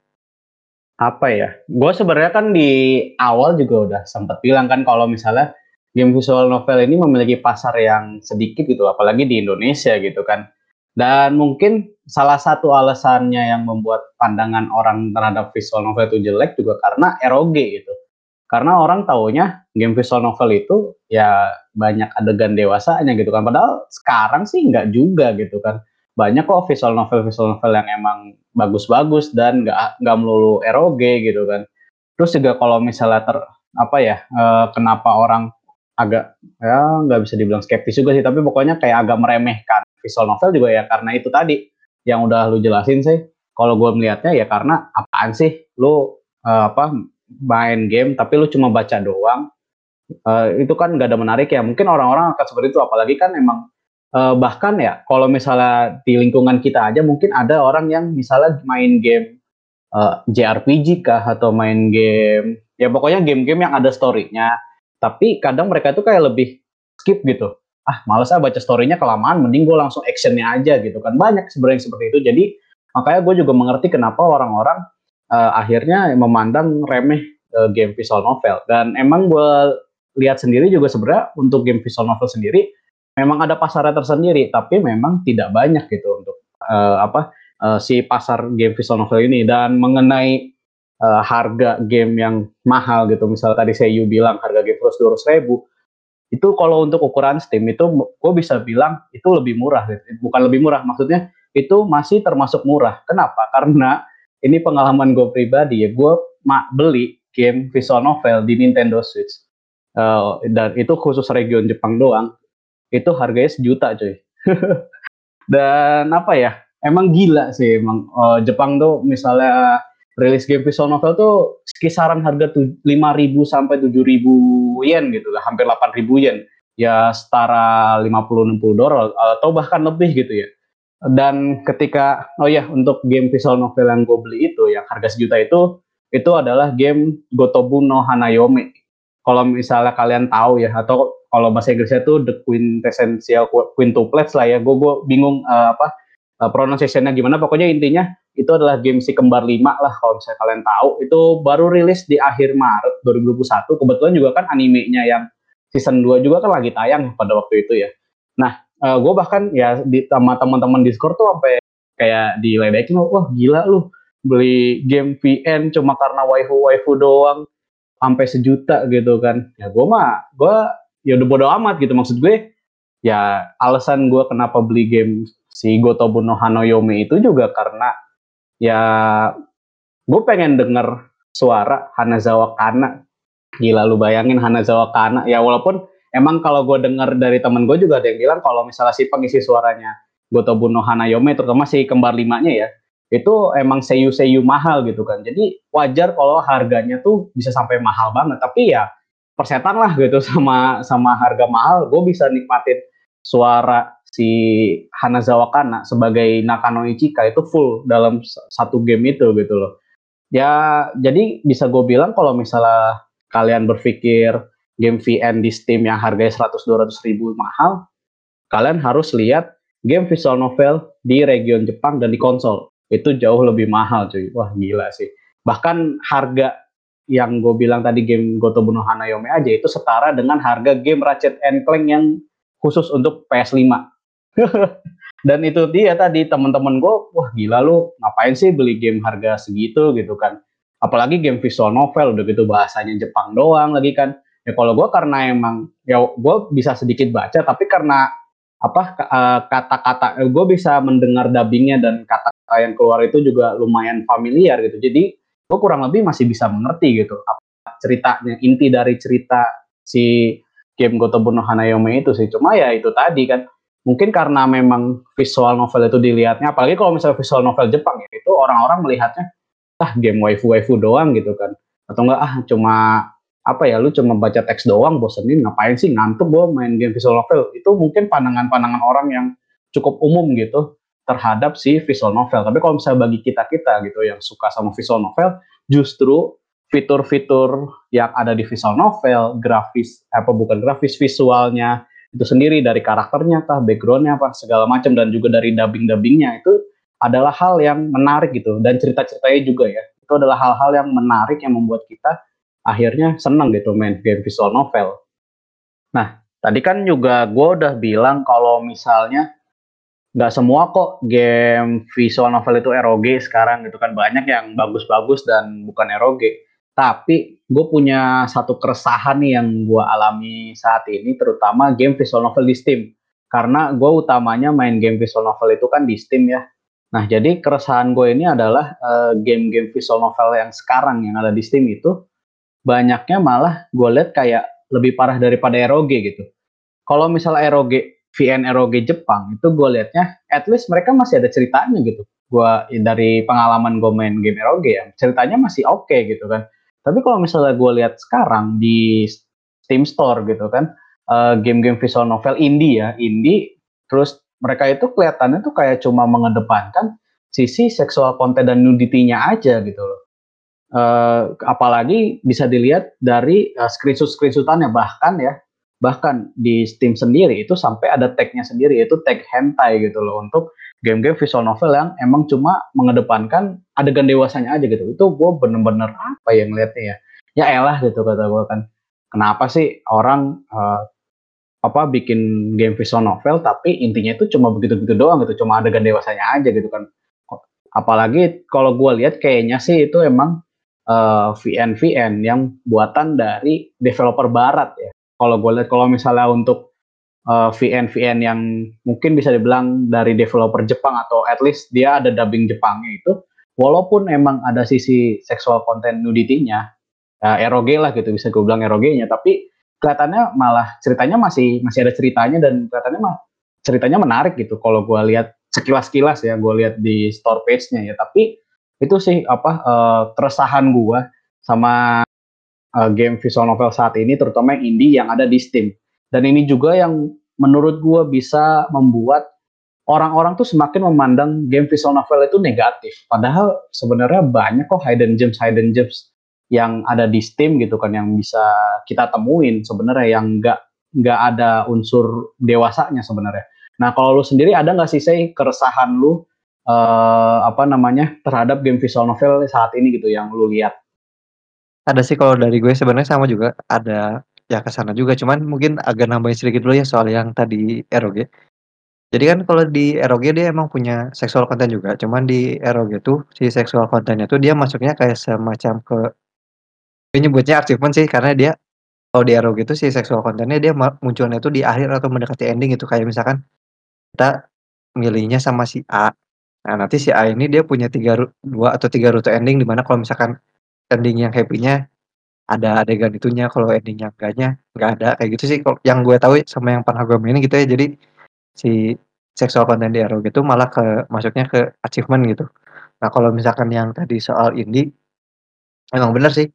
Apa ya? Gue sebenarnya kan di awal juga udah sempat bilang kan kalau misalnya game visual novel ini memiliki pasar yang sedikit gitu, apalagi di Indonesia gitu kan. Dan mungkin salah satu alasannya yang membuat pandangan orang terhadap visual novel itu jelek juga karena R O G gitu. Karena orang taunya game visual novel itu ya banyak adegan dewasanya gitu kan. Padahal sekarang sih nggak juga gitu kan. Banyak kok visual novel visual novel yang emang bagus-bagus dan nggak nggak melulu R O G gitu kan. Terus juga kalau misalnya ter apa ya eh, kenapa orang agak ya nggak bisa dibilang skeptis juga sih, tapi pokoknya kayak agak meremehkan visual novel juga ya karena itu tadi yang udah lu jelasin sih. Kalau gue melihatnya ya karena apaan sih lu eh, apa main game tapi lu cuma baca doang. Eh, itu kan nggak ada menarik ya. Mungkin orang-orang akan seperti itu, apalagi kan emang eh, bahkan ya kalau misalnya di lingkungan kita aja mungkin ada orang yang misalnya main game eh, J R P G kah atau main game ya pokoknya game-game yang ada story-nya, tapi kadang mereka itu kayak lebih skip gitu. Ah males ah baca story-nya kelamaan, mending gue langsung action-nya aja gitu kan. Banyak sebenarnya yang seperti itu. Jadi makanya gue juga mengerti kenapa orang-orang eh, akhirnya memandang remeh eh, game visual novel. Dan emang gue lihat sendiri juga sebenarnya untuk game visual novel sendiri memang ada pasarnya tersendiri, tapi memang tidak banyak gitu untuk eh, apa uh, si pasar game visual novel ini. Dan mengenai uh, harga game yang mahal gitu, misalnya tadi Seiyu bilang harga game terus dua ratus ribu, itu kalau untuk ukuran Steam itu gue bisa bilang itu lebih murah gitu. Bukan lebih murah, maksudnya itu masih termasuk murah. Kenapa? Karena ini pengalaman gue pribadi ya, gue beli game visual novel di Nintendo Switch uh, dan itu khusus region Jepang doang, itu harganya sejuta cuy. Dan apa ya, emang gila sih emang uh, Jepang tuh misalnya rilis game visual novel tuh kisaran harga lima ribu sampai tujuh ribu yen gitu lah, hampir delapan ribu yen, ya setara lima puluh enam puluh dolar atau bahkan lebih gitu ya. Dan ketika oh ya untuk game visual novel yang gue beli itu yang harga sejuta itu itu adalah game Gotobu no Hanayome. Kalau misalnya kalian tahu ya, atau kalau bahasa Inggrisnya itu the quintessential quintuplets lah ya, gue gue bingung uh, apa uh, pronunciation-nya gimana. Pokoknya intinya itu adalah game si kembar lima lah kalau misalnya kalian tahu. Itu baru rilis di akhir Maret dua ribu dua puluh satu. Kebetulan juga kan animenya yang season dua juga kan lagi tayang pada waktu itu ya. Nah, uh, gue bahkan ya di sama teman-teman Discord tuh sampai kayak diledekin, wah gila lu beli game V N cuma karena waifu waifu doang sampai sejuta gitu kan. Ya gue mah gue ya udah bodo amat gitu, maksud gue ya alasan gue kenapa beli game si Gotobu no Hanoyome itu juga karena ya gue pengen denger suara Hanazawa Kana. Gila lu bayangin Hanazawa Kana ya, walaupun emang kalau gue denger dari temen gue juga ada yang bilang kalau misalnya si pengisi suaranya Gotobu no Hanayome terutama si kembar limanya ya itu emang seiyu-seiyu mahal gitu kan, jadi wajar kalau harganya tuh bisa sampai mahal banget, tapi ya persetan lah gitu sama sama harga mahal gue bisa nikmatin suara si Hanazawa Kana sebagai Nakano Ichika itu full dalam satu game itu gitu loh. Ya, jadi bisa gue bilang kalau misalnya kalian berpikir game V N di Steam yang harganya seratus dua ratus ribu mahal, kalian harus lihat game visual novel di region Jepang dan di konsol. Itu jauh lebih mahal cuy. Wah gila sih. Bahkan harga yang gue bilang tadi game Gotobu no Hanayome aja itu setara dengan harga game Ratchet and Clank yang khusus untuk P S lima. Dan itu dia tadi teman-teman gue, wah gila lu ngapain sih beli game harga segitu gitu kan, apalagi game visual novel udah gitu bahasanya Jepang doang lagi kan. Ya kalau gue karena emang ya gue bisa sedikit baca, tapi karena apa eh, kata-kata gue bisa mendengar dubbingnya dan kata yang keluar itu juga lumayan familiar gitu. Jadi gue kurang lebih masih bisa mengerti gitu apa ceritanya, inti dari cerita si game Gotobu no Hanayome itu sih. Cuma ya itu tadi kan, mungkin karena memang visual novel itu dilihatnya, apalagi kalau misalnya visual novel Jepang ya, itu orang-orang melihatnya ah game waifu-waifu doang gitu kan, atau enggak ah cuma apa ya, lu cuma baca teks doang bosenin, ngapain sih ngantuk gua main game visual novel. Itu mungkin pandangan-pandangan orang yang cukup umum gitu terhadap si visual novel. Tapi kalau misalnya bagi kita-kita gitu yang suka sama visual novel, justru fitur-fitur yang ada di visual novel, grafis apa bukan grafis, visualnya itu sendiri, dari karakternya kah, backgroundnya apa segala macam, dan juga dari dubbing-dubbingnya, itu adalah hal yang menarik gitu, dan cerita-ceritanya juga ya, itu adalah hal-hal yang menarik yang membuat kita akhirnya senang gitu main game visual novel. Nah, tadi kan juga gue udah bilang kalau misalnya nggak semua kok game visual novel itu R O G sekarang gitu kan, banyak yang bagus-bagus dan bukan R O G. Tapi gue punya satu keresahan nih yang gue alami saat ini, terutama game visual novel di Steam. Karena gue utamanya main game visual novel itu kan di Steam ya. Nah, jadi keresahan gue ini adalah uh, game-game visual novel yang sekarang yang ada di Steam itu banyaknya malah gue lihat kayak lebih parah daripada R O G gitu. Kalau misalnya R O G, V N R O G Jepang itu gue liatnya, at least mereka masih ada ceritanya gitu. Gua dari pengalaman gue main game R O G ya, ceritanya masih oke okay, gitu kan. Tapi kalau misalnya gue lihat sekarang di Steam Store gitu kan, uh, game-game visual novel indie ya, indie, terus mereka itu kelihatannya tuh kayak cuma mengedepankan sisi seksual konten dan nudity-nya aja gitu loh. Uh, apalagi bisa dilihat dari uh, screenshot-screenshotannya, bahkan ya, bahkan di Steam sendiri itu sampai ada tag-nya sendiri, yaitu tag hentai gitu loh, untuk game-game visual novel yang emang cuma mengedepankan adegan dewasanya aja gitu. Itu gue bener-bener apa ya ngeliatnya ya, ya elah gitu kata gue kan, kenapa sih orang uh, apa bikin game visual novel tapi intinya itu cuma begitu-begitu doang gitu, cuma adegan dewasanya aja gitu kan. Apalagi kalau gue lihat kayaknya sih itu emang uh, V N V N yang buatan dari developer barat ya. Kalau gue lihat, kalau misalnya untuk uh, V N V N yang mungkin bisa dibilang dari developer Jepang, atau at least dia ada dubbing Jepangnya itu, walaupun emang ada sisi seksual content nudity-nya, uh, R O G lah gitu, bisa gue bilang R O G-nya, tapi kelihatannya malah ceritanya masih masih ada ceritanya, dan kelihatannya mah ceritanya menarik gitu. Kalau gue lihat sekilas-kilas ya, gue lihat di store page-nya ya. Tapi itu sih apa uh, keresahan gue sama uh, game visual novel saat ini, terutama yang indie yang ada di Steam. Dan ini juga yang menurut gue bisa membuat orang-orang tuh semakin memandang game visual novel itu negatif. Padahal sebenarnya banyak kok hidden gems, hidden gems yang ada di Steam gitu kan, yang bisa kita temuin sebenarnya, yang nggak nggak ada unsur dewasanya sebenarnya. Nah, kalau lu sendiri ada nggak sih say keresahan lu uh, apa namanya terhadap game visual novel saat ini gitu yang lu lihat? Ada sih kalau dari gue sebenarnya sama juga, ada ya ke sana juga, cuman mungkin agak nambahin sedikit dulu ya soal yang tadi R O G. Jadi kan kalau di R O G dia emang punya seksual konten juga, cuman di R O G tuh si seksual kontennya tuh dia masuknya kayak semacam ke, gue nyebutnya achievement sih, karena dia kalau di R O G tuh si seksual kontennya dia munculnya tuh di akhir atau mendekati ending gitu. Kayak misalkan kita milihnya sama si A, nah nanti si A ini dia punya tiga dua atau tiga rute ending, di mana kalau misalkan ending yang happy-nya ada adegan itunya, kalau ending yang enggaknya nggak ada, kayak gitu sih kalau yang gue tahu sama yang pernah gue mainin gitu ya. Jadi si seksual konten di R O G itu malah ke masuknya ke achievement gitu. Nah, kalau misalkan yang tadi soal indie, emang bener sih.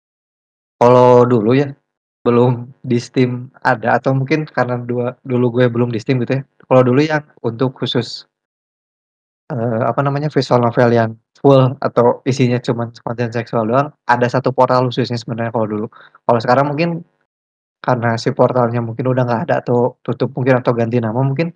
Kalau dulu ya, belum di Steam ada, atau mungkin karena dua dulu gue belum di Steam gitu ya. Kalau dulu yang untuk khusus eee, apa namanya, visual novel yang full atau isinya cuman konten seksual doang, ada satu portal khususnya sebenarnya kalau dulu. Kalau sekarang mungkin karena si portalnya mungkin udah nggak ada atau tutup mungkin atau ganti nama mungkin,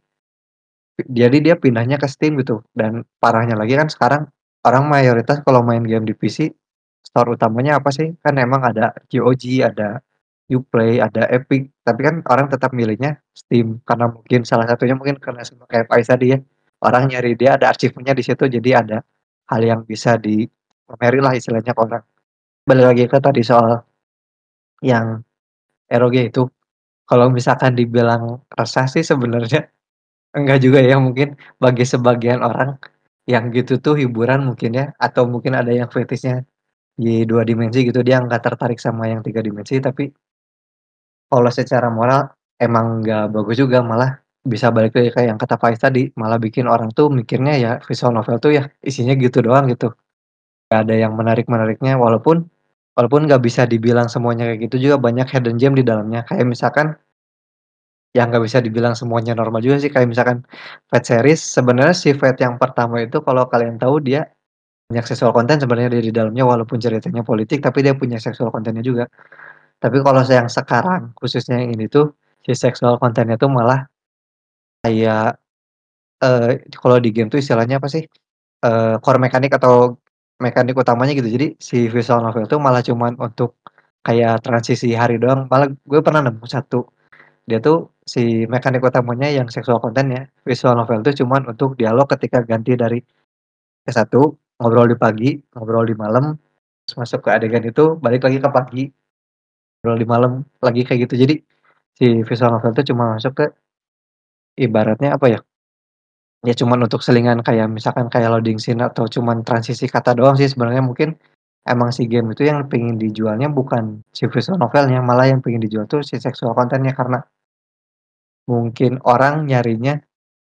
jadi dia pindahnya ke Steam gitu. Dan parahnya lagi kan sekarang orang mayoritas kalau main game di P C, store utamanya apa sih? Kan emang ada G O G, ada Uplay, ada Epic, tapi kan orang tetap milihnya Steam karena mungkin salah satunya mungkin karena sama kayak Faiz tadi ya, orang nyari dia ada achievement-nya di situ, jadi ada hal yang bisa dipameri lah istilahnya ke orang. Balik lagi ke tadi soal yang R O G itu, kalau misalkan dibilang resah sih sebenarnya enggak juga ya, mungkin bagi sebagian orang yang gitu tuh hiburan mungkin ya, atau mungkin ada yang fetishnya di dua dimensi gitu, dia nggak tertarik sama yang tiga dimensi, tapi kalau secara moral emang nggak bagus juga, malah bisa balik lagi kayak yang kata Faiz tadi, malah bikin orang tuh mikirnya ya visual novel tuh ya isinya gitu doang gitu, nggak ada yang menarik-menariknya walaupun walaupun nggak bisa dibilang semuanya kayak gitu juga banyak hidden gem di dalamnya. Kayak misalkan yang nggak bisa dibilang semuanya normal juga sih, kayak misalkan Fate series, sebenarnya si Fate yang pertama itu kalau kalian tahu dia banyak seksual konten sebenarnya dia di dalamnya walaupun ceritanya politik, tapi dia punya seksual kontennya juga. Tapi kalau yang sekarang, khususnya yang ini tuh, si seksual kontennya tuh malah kayak, eee, kalau di game tuh istilahnya apa sih, eee, core mekanik atau mekanik utamanya gitu. Jadi si visual novel tuh malah cuman untuk kayak transisi hari doang, malah gue pernah nemu satu, dia tuh si mekanik utamanya yang seksual kontennya, visual novel tuh cuman untuk dialog ketika ganti dari ke satu, ngobrol di pagi, ngobrol di malam, terus masuk ke adegan itu, balik lagi ke pagi, ngobrol di malam, lagi kayak gitu. Jadi si visual novel tuh cuma masuk ke ibaratnya apa ya, ya cuman untuk selingan kayak misalkan kayak loading scene atau cuman transisi kata doang sih sebenarnya mungkin emang si game itu yang pengen dijualnya bukan si visual novelnya, malah yang pengen dijual tuh si seksual kontennya karena mungkin orang nyarinya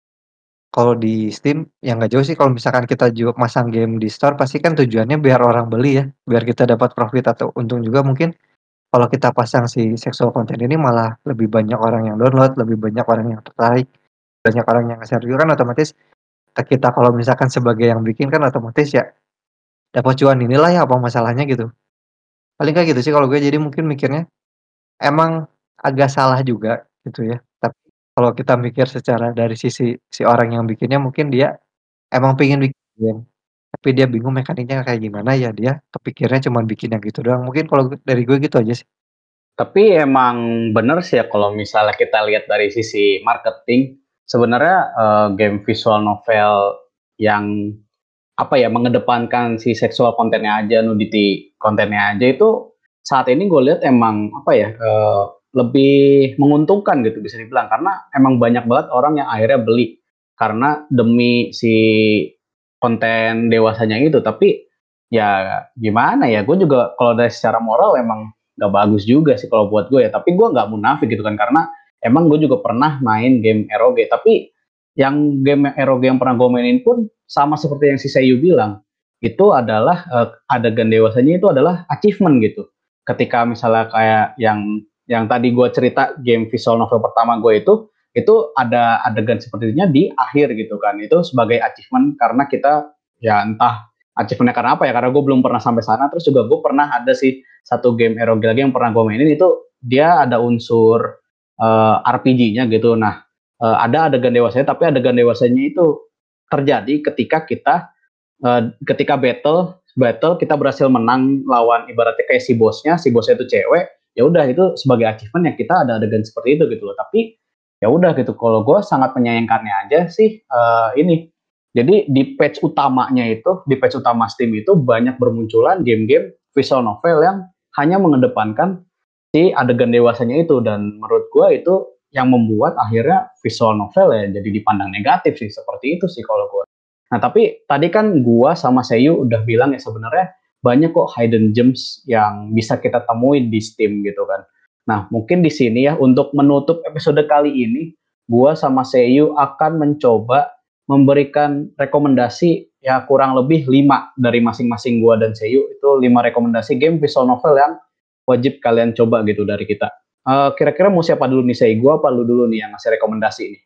kalau di Steam ya nggak jauh sih kalau misalkan kita ju masang game di store pasti kan tujuannya biar orang beli ya, biar kita dapat profit atau untung juga mungkin kalau kita pasang si seksual konten ini malah lebih banyak orang yang download, lebih banyak orang yang tertarik, banyak orang yang nge-share juga kan otomatis ke kita kalau misalkan sebagai yang bikin kan otomatis ya dapat cuan inilah ya apa masalahnya gitu. Paling kayak gitu sih kalau gue jadi mungkin mikirnya emang agak salah juga gitu ya, tapi kalau kita mikir secara dari sisi si orang yang bikinnya mungkin dia emang pengen bikin game, tapi dia bingung mekaniknya kayak gimana ya dia kepikirnya cuman bikin yang gitu doang. Mungkin kalau dari gue gitu aja sih. Tapi emang bener sih ya kalau misalnya kita lihat dari sisi marketing, sebenarnya uh, game visual novel yang apa ya mengedepankan si seksual kontennya aja, nudity kontennya aja itu saat ini gue lihat emang apa ya uh, lebih menguntungkan gitu bisa dibilang karena emang banyak banget orang yang akhirnya beli karena demi si konten dewasanya itu. Tapi ya gimana ya, gue juga kalau dari secara moral emang nggak bagus juga sih kalau buat gue ya, tapi gue nggak munafik gitu kan karena emang gue juga pernah main game R O G, tapi yang game R O G yang pernah gue mainin pun sama seperti yang si Seiyu bilang, itu adalah uh, adegan dewasanya itu adalah achievement gitu. Ketika misalnya kayak yang yang tadi gue cerita game visual novel pertama gue itu itu ada adegan sepertinya di akhir gitu kan, itu sebagai achievement karena kita ya entah achievementnya karena apa ya, karena gue belum pernah sampai sana. Terus juga gue pernah ada sih satu game R O G lagi yang pernah gue mainin, itu dia ada unsur uh, R P G-nya gitu. Nah uh, ada adegan dewasanya, tapi adegan dewasanya itu terjadi ketika kita uh, ketika battle battle kita berhasil menang lawan ibaratnya kayak si bosnya, si bosnya itu cewek, ya udah itu sebagai achievement ya kita ada adegan seperti itu gitu loh. Tapi ya udah gitu, kalau gue sangat menyayangkannya aja sih uh, ini. Jadi di page utamanya itu, di page utama Steam itu banyak bermunculan game-game visual novel yang hanya mengedepankan si adegan dewasanya itu, dan menurut gue itu yang membuat akhirnya visual novel ya jadi dipandang negatif sih, seperti itu sih kalau gue. Nah tapi tadi kan gue sama Seiyu udah bilang ya sebenarnya banyak kok hidden gems yang bisa kita temuin di Steam gitu kan. Nah mungkin di sini ya untuk menutup episode kali ini, gue sama Seiyu akan mencoba memberikan rekomendasi ya kurang lebih lima dari masing-masing gue dan Seiyu, itu lima rekomendasi game visual novel yang wajib kalian coba gitu dari kita. Uh, kira-kira mau siapa dulu nih, saya gue apa lu dulu nih yang ngasih rekomendasi ini?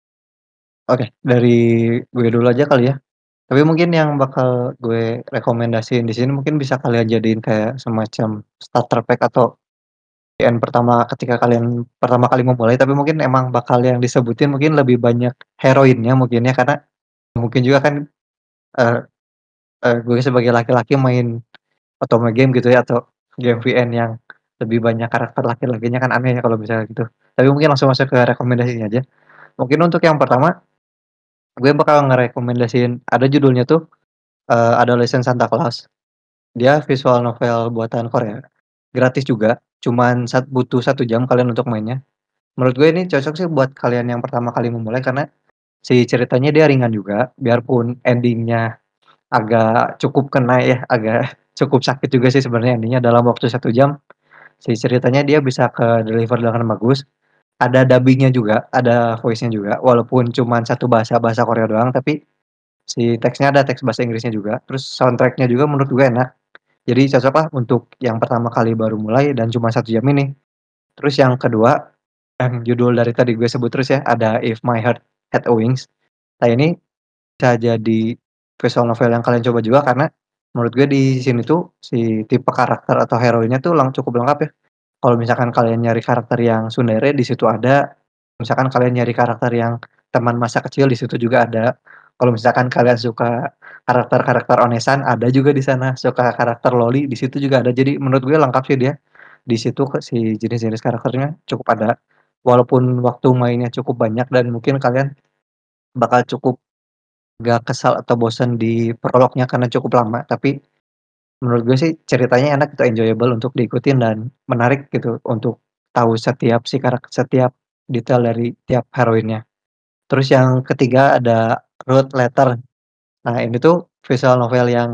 Oke, dari gue dulu aja kali ya. Tapi mungkin yang bakal gue rekomendasiin di sini mungkin bisa kalian jadiin kayak semacam starter pack atau V N pertama ketika kalian pertama kali memulai, tapi mungkin emang bakal yang disebutin mungkin lebih banyak heroinnya mungkin ya, karena mungkin juga kan, eee eee, gue sebagai laki-laki main otome game gitu ya atau game V N yang lebih banyak karakter laki-lakinya kan aneh ya kalau misalnya gitu. Tapi mungkin langsung masuk ke rekomendasinya aja. Mungkin untuk yang pertama, gue bakal ngerekomendasiin ada judulnya tuh, eee, Adolescent Santa Claus. Dia visual novel buatan Korea, gratis juga, cuman sat butuh satu jam kalian untuk mainnya. Menurut gue ini cocok sih buat kalian yang pertama kali memulai karena si ceritanya dia ringan juga, biarpun ending-nya agak cukup kena ya, agak cukup sakit juga sih sebenarnya ending-nya dalam waktu satu jam, si ceritanya dia bisa ke-deliver dengan bagus. Ada dubbing-nya juga, ada voice-nya juga, walaupun cuman satu bahasa, bahasa Korea doang, tapi si teksnya ada teks bahasa Inggrisnya juga, terus soundtrack-nya juga menurut gue enak. Jadi cocok lah untuk yang pertama kali baru mulai dan cuma satu jam ini. Terus yang kedua, yang judul dari tadi gue sebut terus ya, ada If My Heart Had Wings. Nah ini bisa jadi visual novel yang kalian coba juga karena menurut gue di sini tuh si tipe karakter atau heroinnya tuh lang cukup lengkap ya. Kalau misalkan kalian nyari karakter yang tsundere di situ ada, misalkan kalian nyari karakter yang teman masa kecil di situ juga ada. Kalau misalkan kalian suka karakter-karakter onesan ada juga di sana, suka karakter loli di situ juga ada. Jadi menurut gue lengkap sih dia. Di situ si jenis-jenis karakternya cukup ada. Walaupun waktu mainnya cukup banyak dan mungkin kalian bakal cukup gak kesal atau bosan di prolognya karena cukup lama, tapi menurut gue sih ceritanya enak itu enjoyable untuk diikutin dan menarik gitu untuk tahu setiap si karakter setiap detail dari tiap heroinnya. Terus yang ketiga ada Road Letter. Nah ini tuh visual novel yang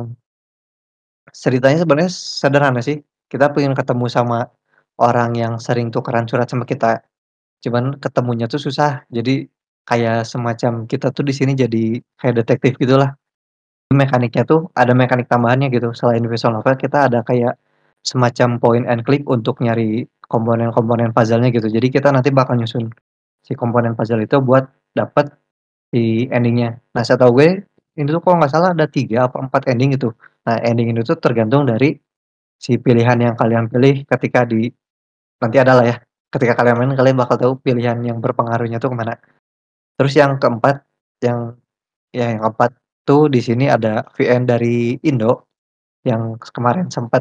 ceritanya sebenarnya sederhana sih. Kita pengen ketemu sama orang yang sering tukeran surat sama kita, cuman ketemunya tuh susah. Jadi kayak semacam kita tuh di sini jadi kayak detektif gitulah. Mekaniknya tuh ada mekanik tambahannya gitu, selain visual novel kita ada kayak semacam point and click untuk nyari komponen-komponen puzzle-nya gitu. Jadi kita nanti bakal nyusun si komponen puzzle itu buat dapet si ending-nya. Nah setahu gue, ini tuh kalau nggak salah ada tiga apa empat ending gitu. Nah ending itu tuh tergantung dari si pilihan yang kalian pilih ketika di nanti adalah ya, ketika kalian main kalian bakal tahu pilihan yang berpengaruhnya tuh kemana. Terus yang keempat, yang ya yang keempat tuh di sini ada V N dari Indo yang kemarin sempat,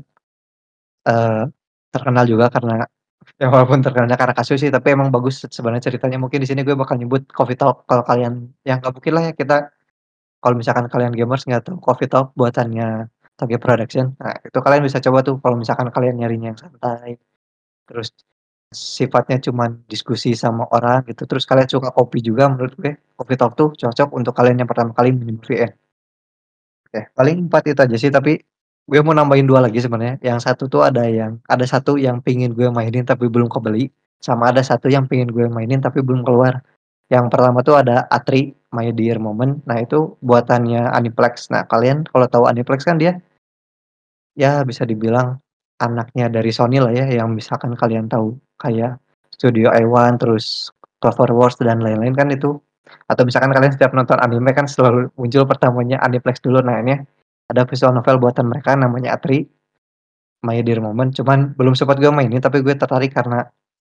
eee, terkenal juga karena ya walaupun terkenalnya karena kasus sih, tapi emang bagus sebenarnya ceritanya. Mungkin di sini gue bakal nyebut Coffee Talk kalau kalian yang nggak mungkin lah ya kita kalau misalkan kalian gamers nggak tahu Coffee Talk buatannya Toge Production. Nah, itu kalian bisa coba tuh kalau misalkan kalian nyarinya yang santai, terus sifatnya cuman diskusi sama orang gitu, terus kalian suka kopi juga menurut gue Coffee Talk tuh cocok untuk kalian yang pertama kali minum V N. Oke, paling empat itu aja sih, tapi gue mau nambahin dua lagi sebenarnya. Yang satu tuh ada yang ada satu yang pengen gue mainin tapi belum kebeli, sama ada satu yang pengen gue mainin tapi belum keluar. Yang pertama tuh ada Atri, My Dear Moment. Nah, itu buatannya Aniplex. Nah, kalian kalau tahu Aniplex kan dia ya bisa dibilang anaknya dari Sony lah ya, yang misalkan kalian tahu kayak Studio A one, terus Cloverworks dan lain-lain kan itu atau misalkan kalian setiap nonton anime kan selalu muncul pertamanya Aniplex dulu. Nah, ini ada visual novel buatan mereka namanya Atri, My Dear Moment, cuman belum sempat gue mainin tapi gue tertarik karena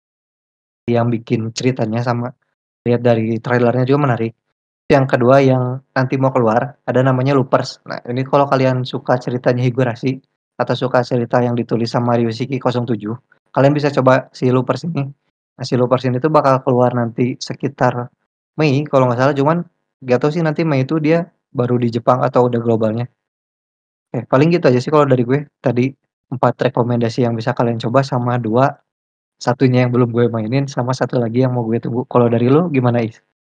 yang bikin ceritanya sama lihat dari trailernya juga menarik. Yang kedua yang nanti mau keluar ada namanya Loopers. Nah, ini kalau kalian suka ceritanya Higurashi atau suka cerita yang ditulis sama Ryushiki nol tujuh, kalian bisa coba si Loopers ini. Nah, si Loopers ini tuh bakal keluar nanti sekitar Mei kalau nggak salah, cuman nggak tahu sih nanti Mei itu dia baru di Jepang atau udah globalnya. Oke, paling gitu aja sih kalau dari gue. Tadi empat rekomendasi yang bisa kalian coba sama dua satunya yang belum gue mainin sama satu lagi yang mau gue tunggu. Kalau dari lu gimana, Is?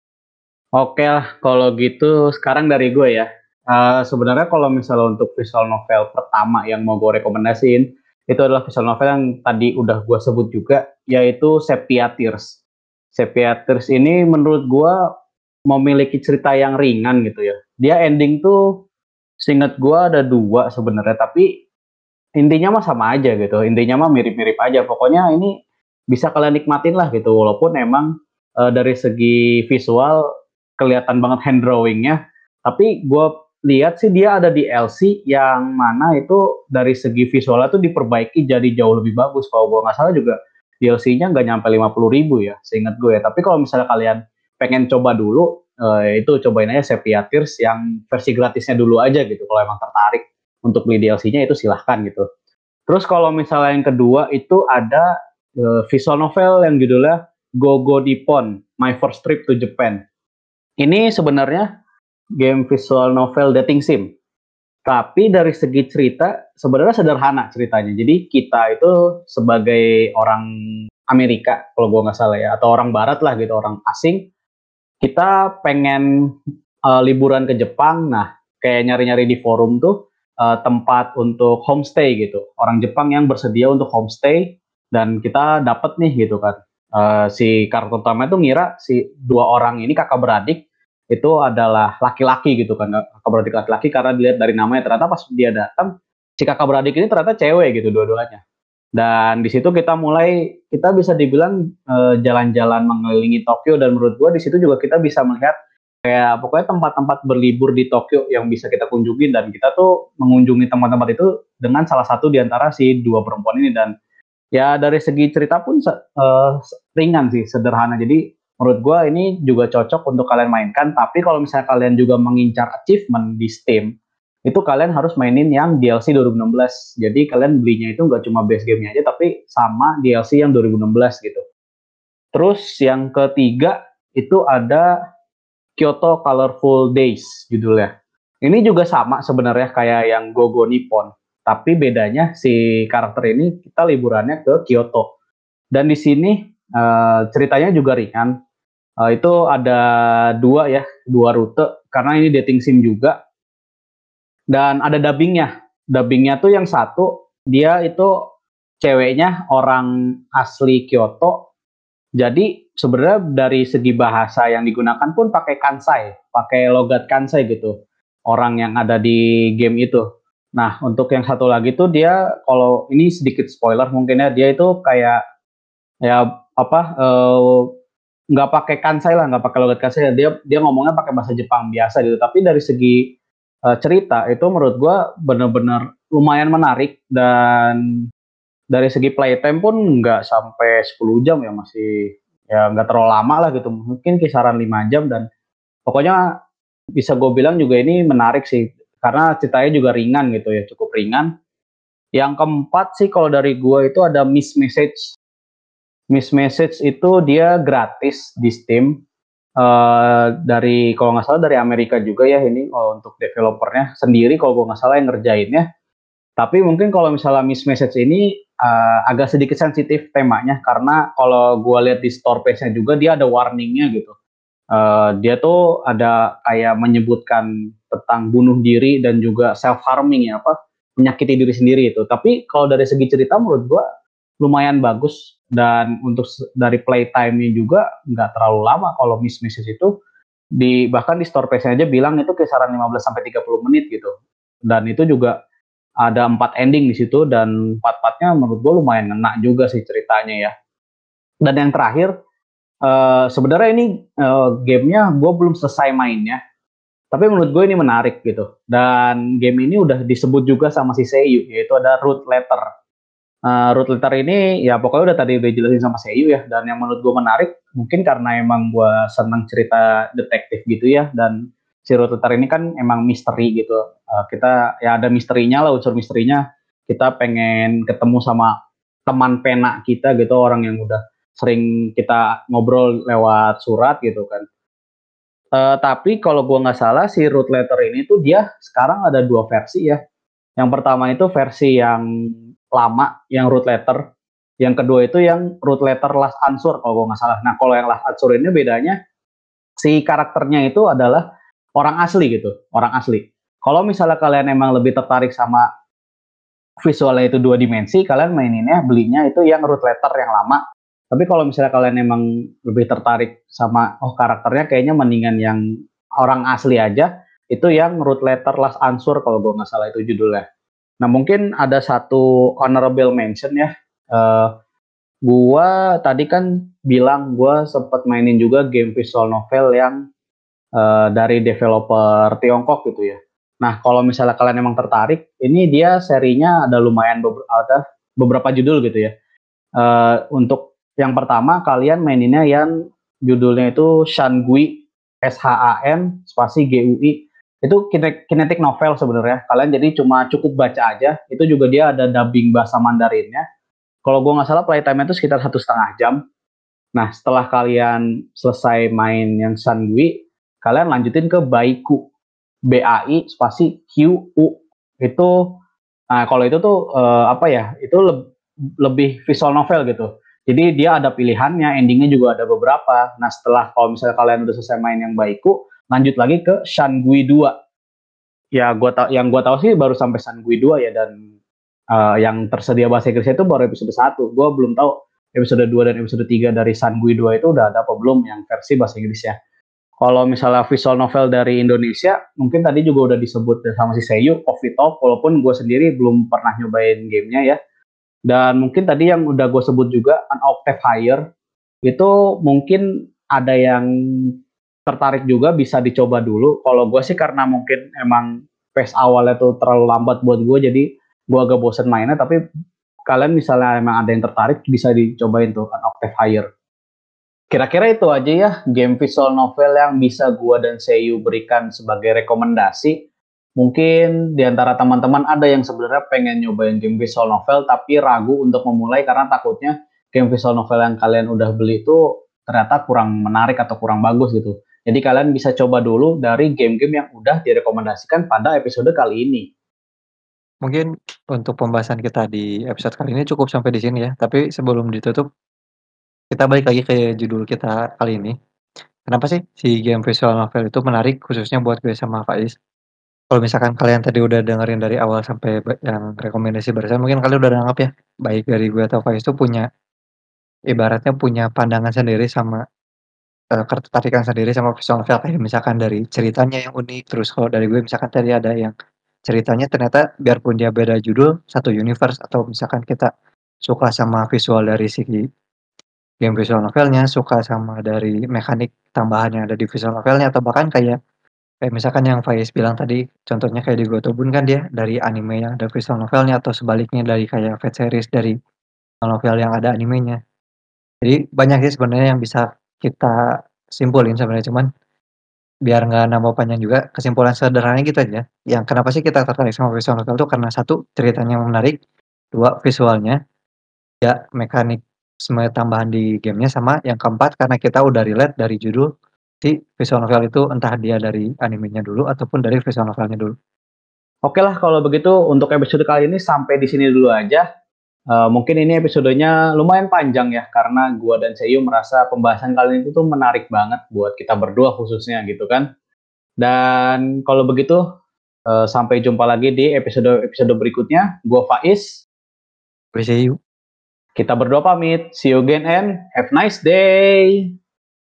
Oke lah, kalau gitu sekarang dari gue ya. Eh, sebenarnya kalau misalnya untuk visual novel pertama yang mau gue rekomendasiin, itu adalah visual novel yang tadi udah gue sebut juga, yaitu Sepia Tears. Sepia Tears ini menurut gue memiliki cerita yang ringan gitu ya. Dia ending tuh, seingat gue ada dua sebenarnya, tapi intinya mah sama aja gitu. Intinya mah mirip-mirip aja. Pokoknya ini bisa kalian nikmatin lah gitu. Walaupun emang eh, dari segi visual kelihatan banget hand drawingnya. Tapi gue lihat sih dia ada di L C yang mana itu dari segi visualnya tuh diperbaiki jadi jauh lebih bagus. Kalau gue nggak salah juga D L C-nya nggak nyampe lima puluh ribu ya, seingat gue. Tapi kalau misalnya kalian pengen coba dulu, eh, itu cobain aja Sepia Tears yang versi gratisnya dulu aja gitu. Kalau emang tertarik untuk beli D L C-nya itu silahkan gitu. Terus kalau misalnya yang kedua itu ada uh, visual novel yang judulnya Go Go Nippon, My First Trip to Japan. Ini sebenarnya game visual novel dating sim. Tapi dari segi cerita sebenarnya sederhana ceritanya. Jadi kita itu sebagai orang Amerika kalau gue nggak salah ya, atau orang Barat lah gitu, orang asing kita pengen uh, liburan ke Jepang, nah kayak nyari-nyari di forum tuh uh, tempat untuk homestay gitu. Orang Jepang yang bersedia untuk homestay dan kita dapat nih gitu kan. Uh, si karakter utama itu ngira si dua orang ini kakak beradik itu adalah laki-laki gitu kan, kakak beradik laki-laki karena dilihat dari namanya. Ternyata pas dia datang si kakak beradik ini ternyata cewek gitu dua-duanya. Dan di situ kita mulai, kita bisa dibilang uh, jalan-jalan mengelilingi Tokyo, dan menurut gua di situ juga kita bisa melihat kayak pokoknya tempat-tempat berlibur di Tokyo yang bisa kita kunjungi, dan kita tuh mengunjungi tempat-tempat itu dengan salah satu di antara si dua perempuan ini. Dan ya dari segi cerita pun uh, ringan sih, sederhana. Jadi menurut gua ini juga cocok untuk kalian mainkan. Tapi kalau misalnya kalian juga mengincar achievement di Steam, itu kalian harus mainin yang D L C dua ribu enam belas. Jadi kalian belinya itu nggak cuma base gamenya aja, tapi sama D L C yang dua ribu enam belas gitu. Terus yang ketiga itu ada Kyoto Colorful Days judulnya. Ini juga sama sebenarnya kayak yang Gogo Nippon, tapi bedanya si karakter ini kita liburannya ke Kyoto. Dan di sini uh, ceritanya juga ringan. Uh, itu ada dua ya, dua rute karena ini dating sim juga. Dan ada dubbingnya. Dubbingnya tuh yang satu, dia itu ceweknya orang asli Kyoto. Jadi sebenarnya dari segi bahasa yang digunakan pun pakai Kansai, pakai logat Kansai gitu. Orang yang ada di game itu. Nah, untuk yang satu lagi tuh dia, kalau ini sedikit spoiler mungkin ya, dia itu kayak ya apa nggak uh, pakai Kansai lah, nggak pakai logat Kansai. Dia dia ngomongnya pakai bahasa Jepang biasa gitu. Tapi dari segi uh, cerita itu menurut gue bener-bener lumayan menarik, dan dari segi playtime pun nggak sampai sepuluh jam ya, masih ya nggak terlalu lama lah gitu, mungkin kisaran lima jam. Dan pokoknya bisa gue bilang juga ini menarik sih karena ceritanya juga ringan gitu ya, cukup ringan. Yang keempat sih kalau dari gue itu ada Miss Message. Miss Message itu dia gratis di Steam. Uh, dari kalau nggak salah dari Amerika juga ya ini, oh, untuk developernya sendiri kalau gue nggak salah yang ngerjainnya. Tapi mungkin kalau misalnya Miss Message ini uh, agak sedikit sensitif temanya, karena kalau gue lihat di store page-nya juga dia ada warningnya gitu. Uh, dia tuh ada kayak menyebutkan tentang bunuh diri dan juga self harming ya, apa menyakiti diri sendiri itu. Tapi kalau dari segi cerita menurut gue lumayan bagus, dan untuk dari playtime-nya juga nggak terlalu lama. Kalau Miss Message itu di bahkan di store page-nya aja bilang itu kisaran lima belas sampai tiga puluh menit gitu. Dan itu juga ada empat ending di situ, dan empat-empatnya menurut gue lumayan ngena juga sih ceritanya ya. Dan yang terakhir, uh, sebenarnya ini uh, gamenya gue belum selesai mainnya, tapi menurut gue ini menarik gitu. Dan game ini udah disebut juga sama si Seiyu, yaitu ada Root Letter. Uh, Root Letter ini ya pokoknya udah tadi udah jelasin sama Seiyu ya. Dan yang menurut gue menarik, mungkin karena emang gue senang cerita detektif gitu ya, dan si Root Letter ini kan emang misteri gitu. Uh, kita ya ada misterinya lah, unsur misterinya. Kita pengen ketemu sama teman pena kita gitu, orang yang udah sering kita ngobrol lewat surat gitu kan. Uh, tapi kalau gue nggak salah si Root Letter ini tuh dia sekarang ada dua versi ya. Yang pertama itu versi yang lama, yang Root Letter. Yang kedua itu yang Root Letter Last Answer kalau gue nggak salah. Nah kalau yang Last Answer ini bedanya si karakternya itu adalah orang asli gitu, orang asli. Kalau misalnya kalian emang lebih tertarik sama visualnya itu dua dimensi, kalian maininnya belinya itu yang Root Letter yang lama. Tapi kalau misalnya kalian emang lebih tertarik sama oh karakternya kayaknya mendingan yang orang asli aja, itu yang Root Letter Last Answer kalau gue nggak salah itu judulnya. Nah mungkin ada satu honorable mention ya. Uh, gua tadi kan bilang gua sempat mainin juga game visual novel yang uh, dari developer Tiongkok gitu ya. Nah kalau misalnya kalian emang tertarik, ini dia serinya ada lumayan beberapa, ada beberapa judul gitu ya. Uh, untuk yang pertama kalian maininnya yang judulnya itu Shangui, S H A N spasi G U I. Itu kinetic novel sebenarnya. Kalian jadi cuma cukup baca aja. Itu juga dia ada dubbing bahasa Mandarinnya. Kalau gue nggak salah playtime-nya itu sekitar satu setengah jam. Nah setelah kalian selesai main yang Shangui, kalian lanjutin ke Baiku, B A I spasi Q U. Itu, nah kalau itu tuh uh, apa ya? Itu le- lebih visual novel gitu. Jadi dia ada pilihannya, endingnya juga ada beberapa. Nah setelah kalau misalnya kalian udah selesai main yang Baiku, lanjut lagi ke Shangui dua. Ya gua ta- yang gua tahu sih baru sampai Shangui dua ya, dan uh, yang tersedia bahasa Inggrisnya itu baru episode satu. Gua belum tahu episode dua dan episode tiga dari Shangui dua itu udah ada apa belum yang versi bahasa Inggrisnya. Kalau misalnya visual novel dari Indonesia, mungkin tadi juga udah disebut sama si Seiyu, Coffee Talk, walaupun gue sendiri belum pernah nyobain gamenya ya. Dan mungkin tadi yang udah gue sebut juga, An Octave Higher, itu mungkin ada yang tertarik juga bisa dicoba dulu. Kalau gue sih karena mungkin emang pace awalnya tuh terlalu lambat buat gue, jadi gue agak bosen mainnya, tapi kalian misalnya emang ada yang tertarik, bisa dicobain tuh An Octave Higher. Kira-kira itu aja ya game visual novel yang bisa gue dan Seiyu berikan sebagai rekomendasi. Mungkin di antara teman-teman ada yang sebenarnya pengen nyobain game visual novel tapi ragu untuk memulai karena takutnya game visual novel yang kalian udah beli itu ternyata kurang menarik atau kurang bagus gitu. Jadi kalian bisa coba dulu dari game-game yang udah direkomendasikan pada episode kali ini. Mungkin untuk pembahasan kita di episode kali ini cukup sampai di sini ya. Tapi sebelum ditutup, kita balik lagi ke judul kita kali ini. Kenapa sih si game visual novel itu menarik khususnya buat gue sama Faiz? Kalau misalkan kalian tadi udah dengerin dari awal sampai yang rekomendasi barusan, mungkin kalian udah nangkap ya, baik dari gue atau Faiz itu punya, ibaratnya punya pandangan sendiri sama uh, ketertarikan sendiri sama visual novel. Kayak misalkan dari ceritanya yang unik, terus kalau dari gue misalkan tadi ada yang ceritanya ternyata biarpun dia beda judul, satu universe, atau misalkan kita suka sama visual dari si game visual novelnya, suka sama dari mekanik tambahan yang ada di visual novelnya, atau bahkan kayak kayak misalkan yang Faiz bilang tadi, contohnya kayak di Gotobun kan dia dari anime yang ada visual novelnya, atau sebaliknya dari kayak Fate series dari novel yang ada animenya. Jadi banyak sih sebenarnya yang bisa kita simpulin sebenarnya, cuman biar nggak nambah panjang juga, kesimpulan sederhananya gitu aja. Yang kenapa sih kita tertarik sama visual novel itu karena satu, ceritanya menarik, dua, visualnya, ya mekanik semua tambahan di gamenya, sama yang keempat karena kita udah relate dari judul si visual novel itu, entah dia dari animenya dulu ataupun dari visual novelnya dulu. Oke lah kalau begitu untuk episode kali ini sampai di sini dulu aja. Uh, mungkin ini episodenya lumayan panjang ya karena gua dan Seiyu merasa pembahasan kali ini tuh menarik banget buat kita berdua khususnya gitu kan. Dan kalau begitu uh, sampai jumpa lagi di episode-episode berikutnya. Gua Faiz. Gue see you. Kita berdua pamit. See you again and have a nice day.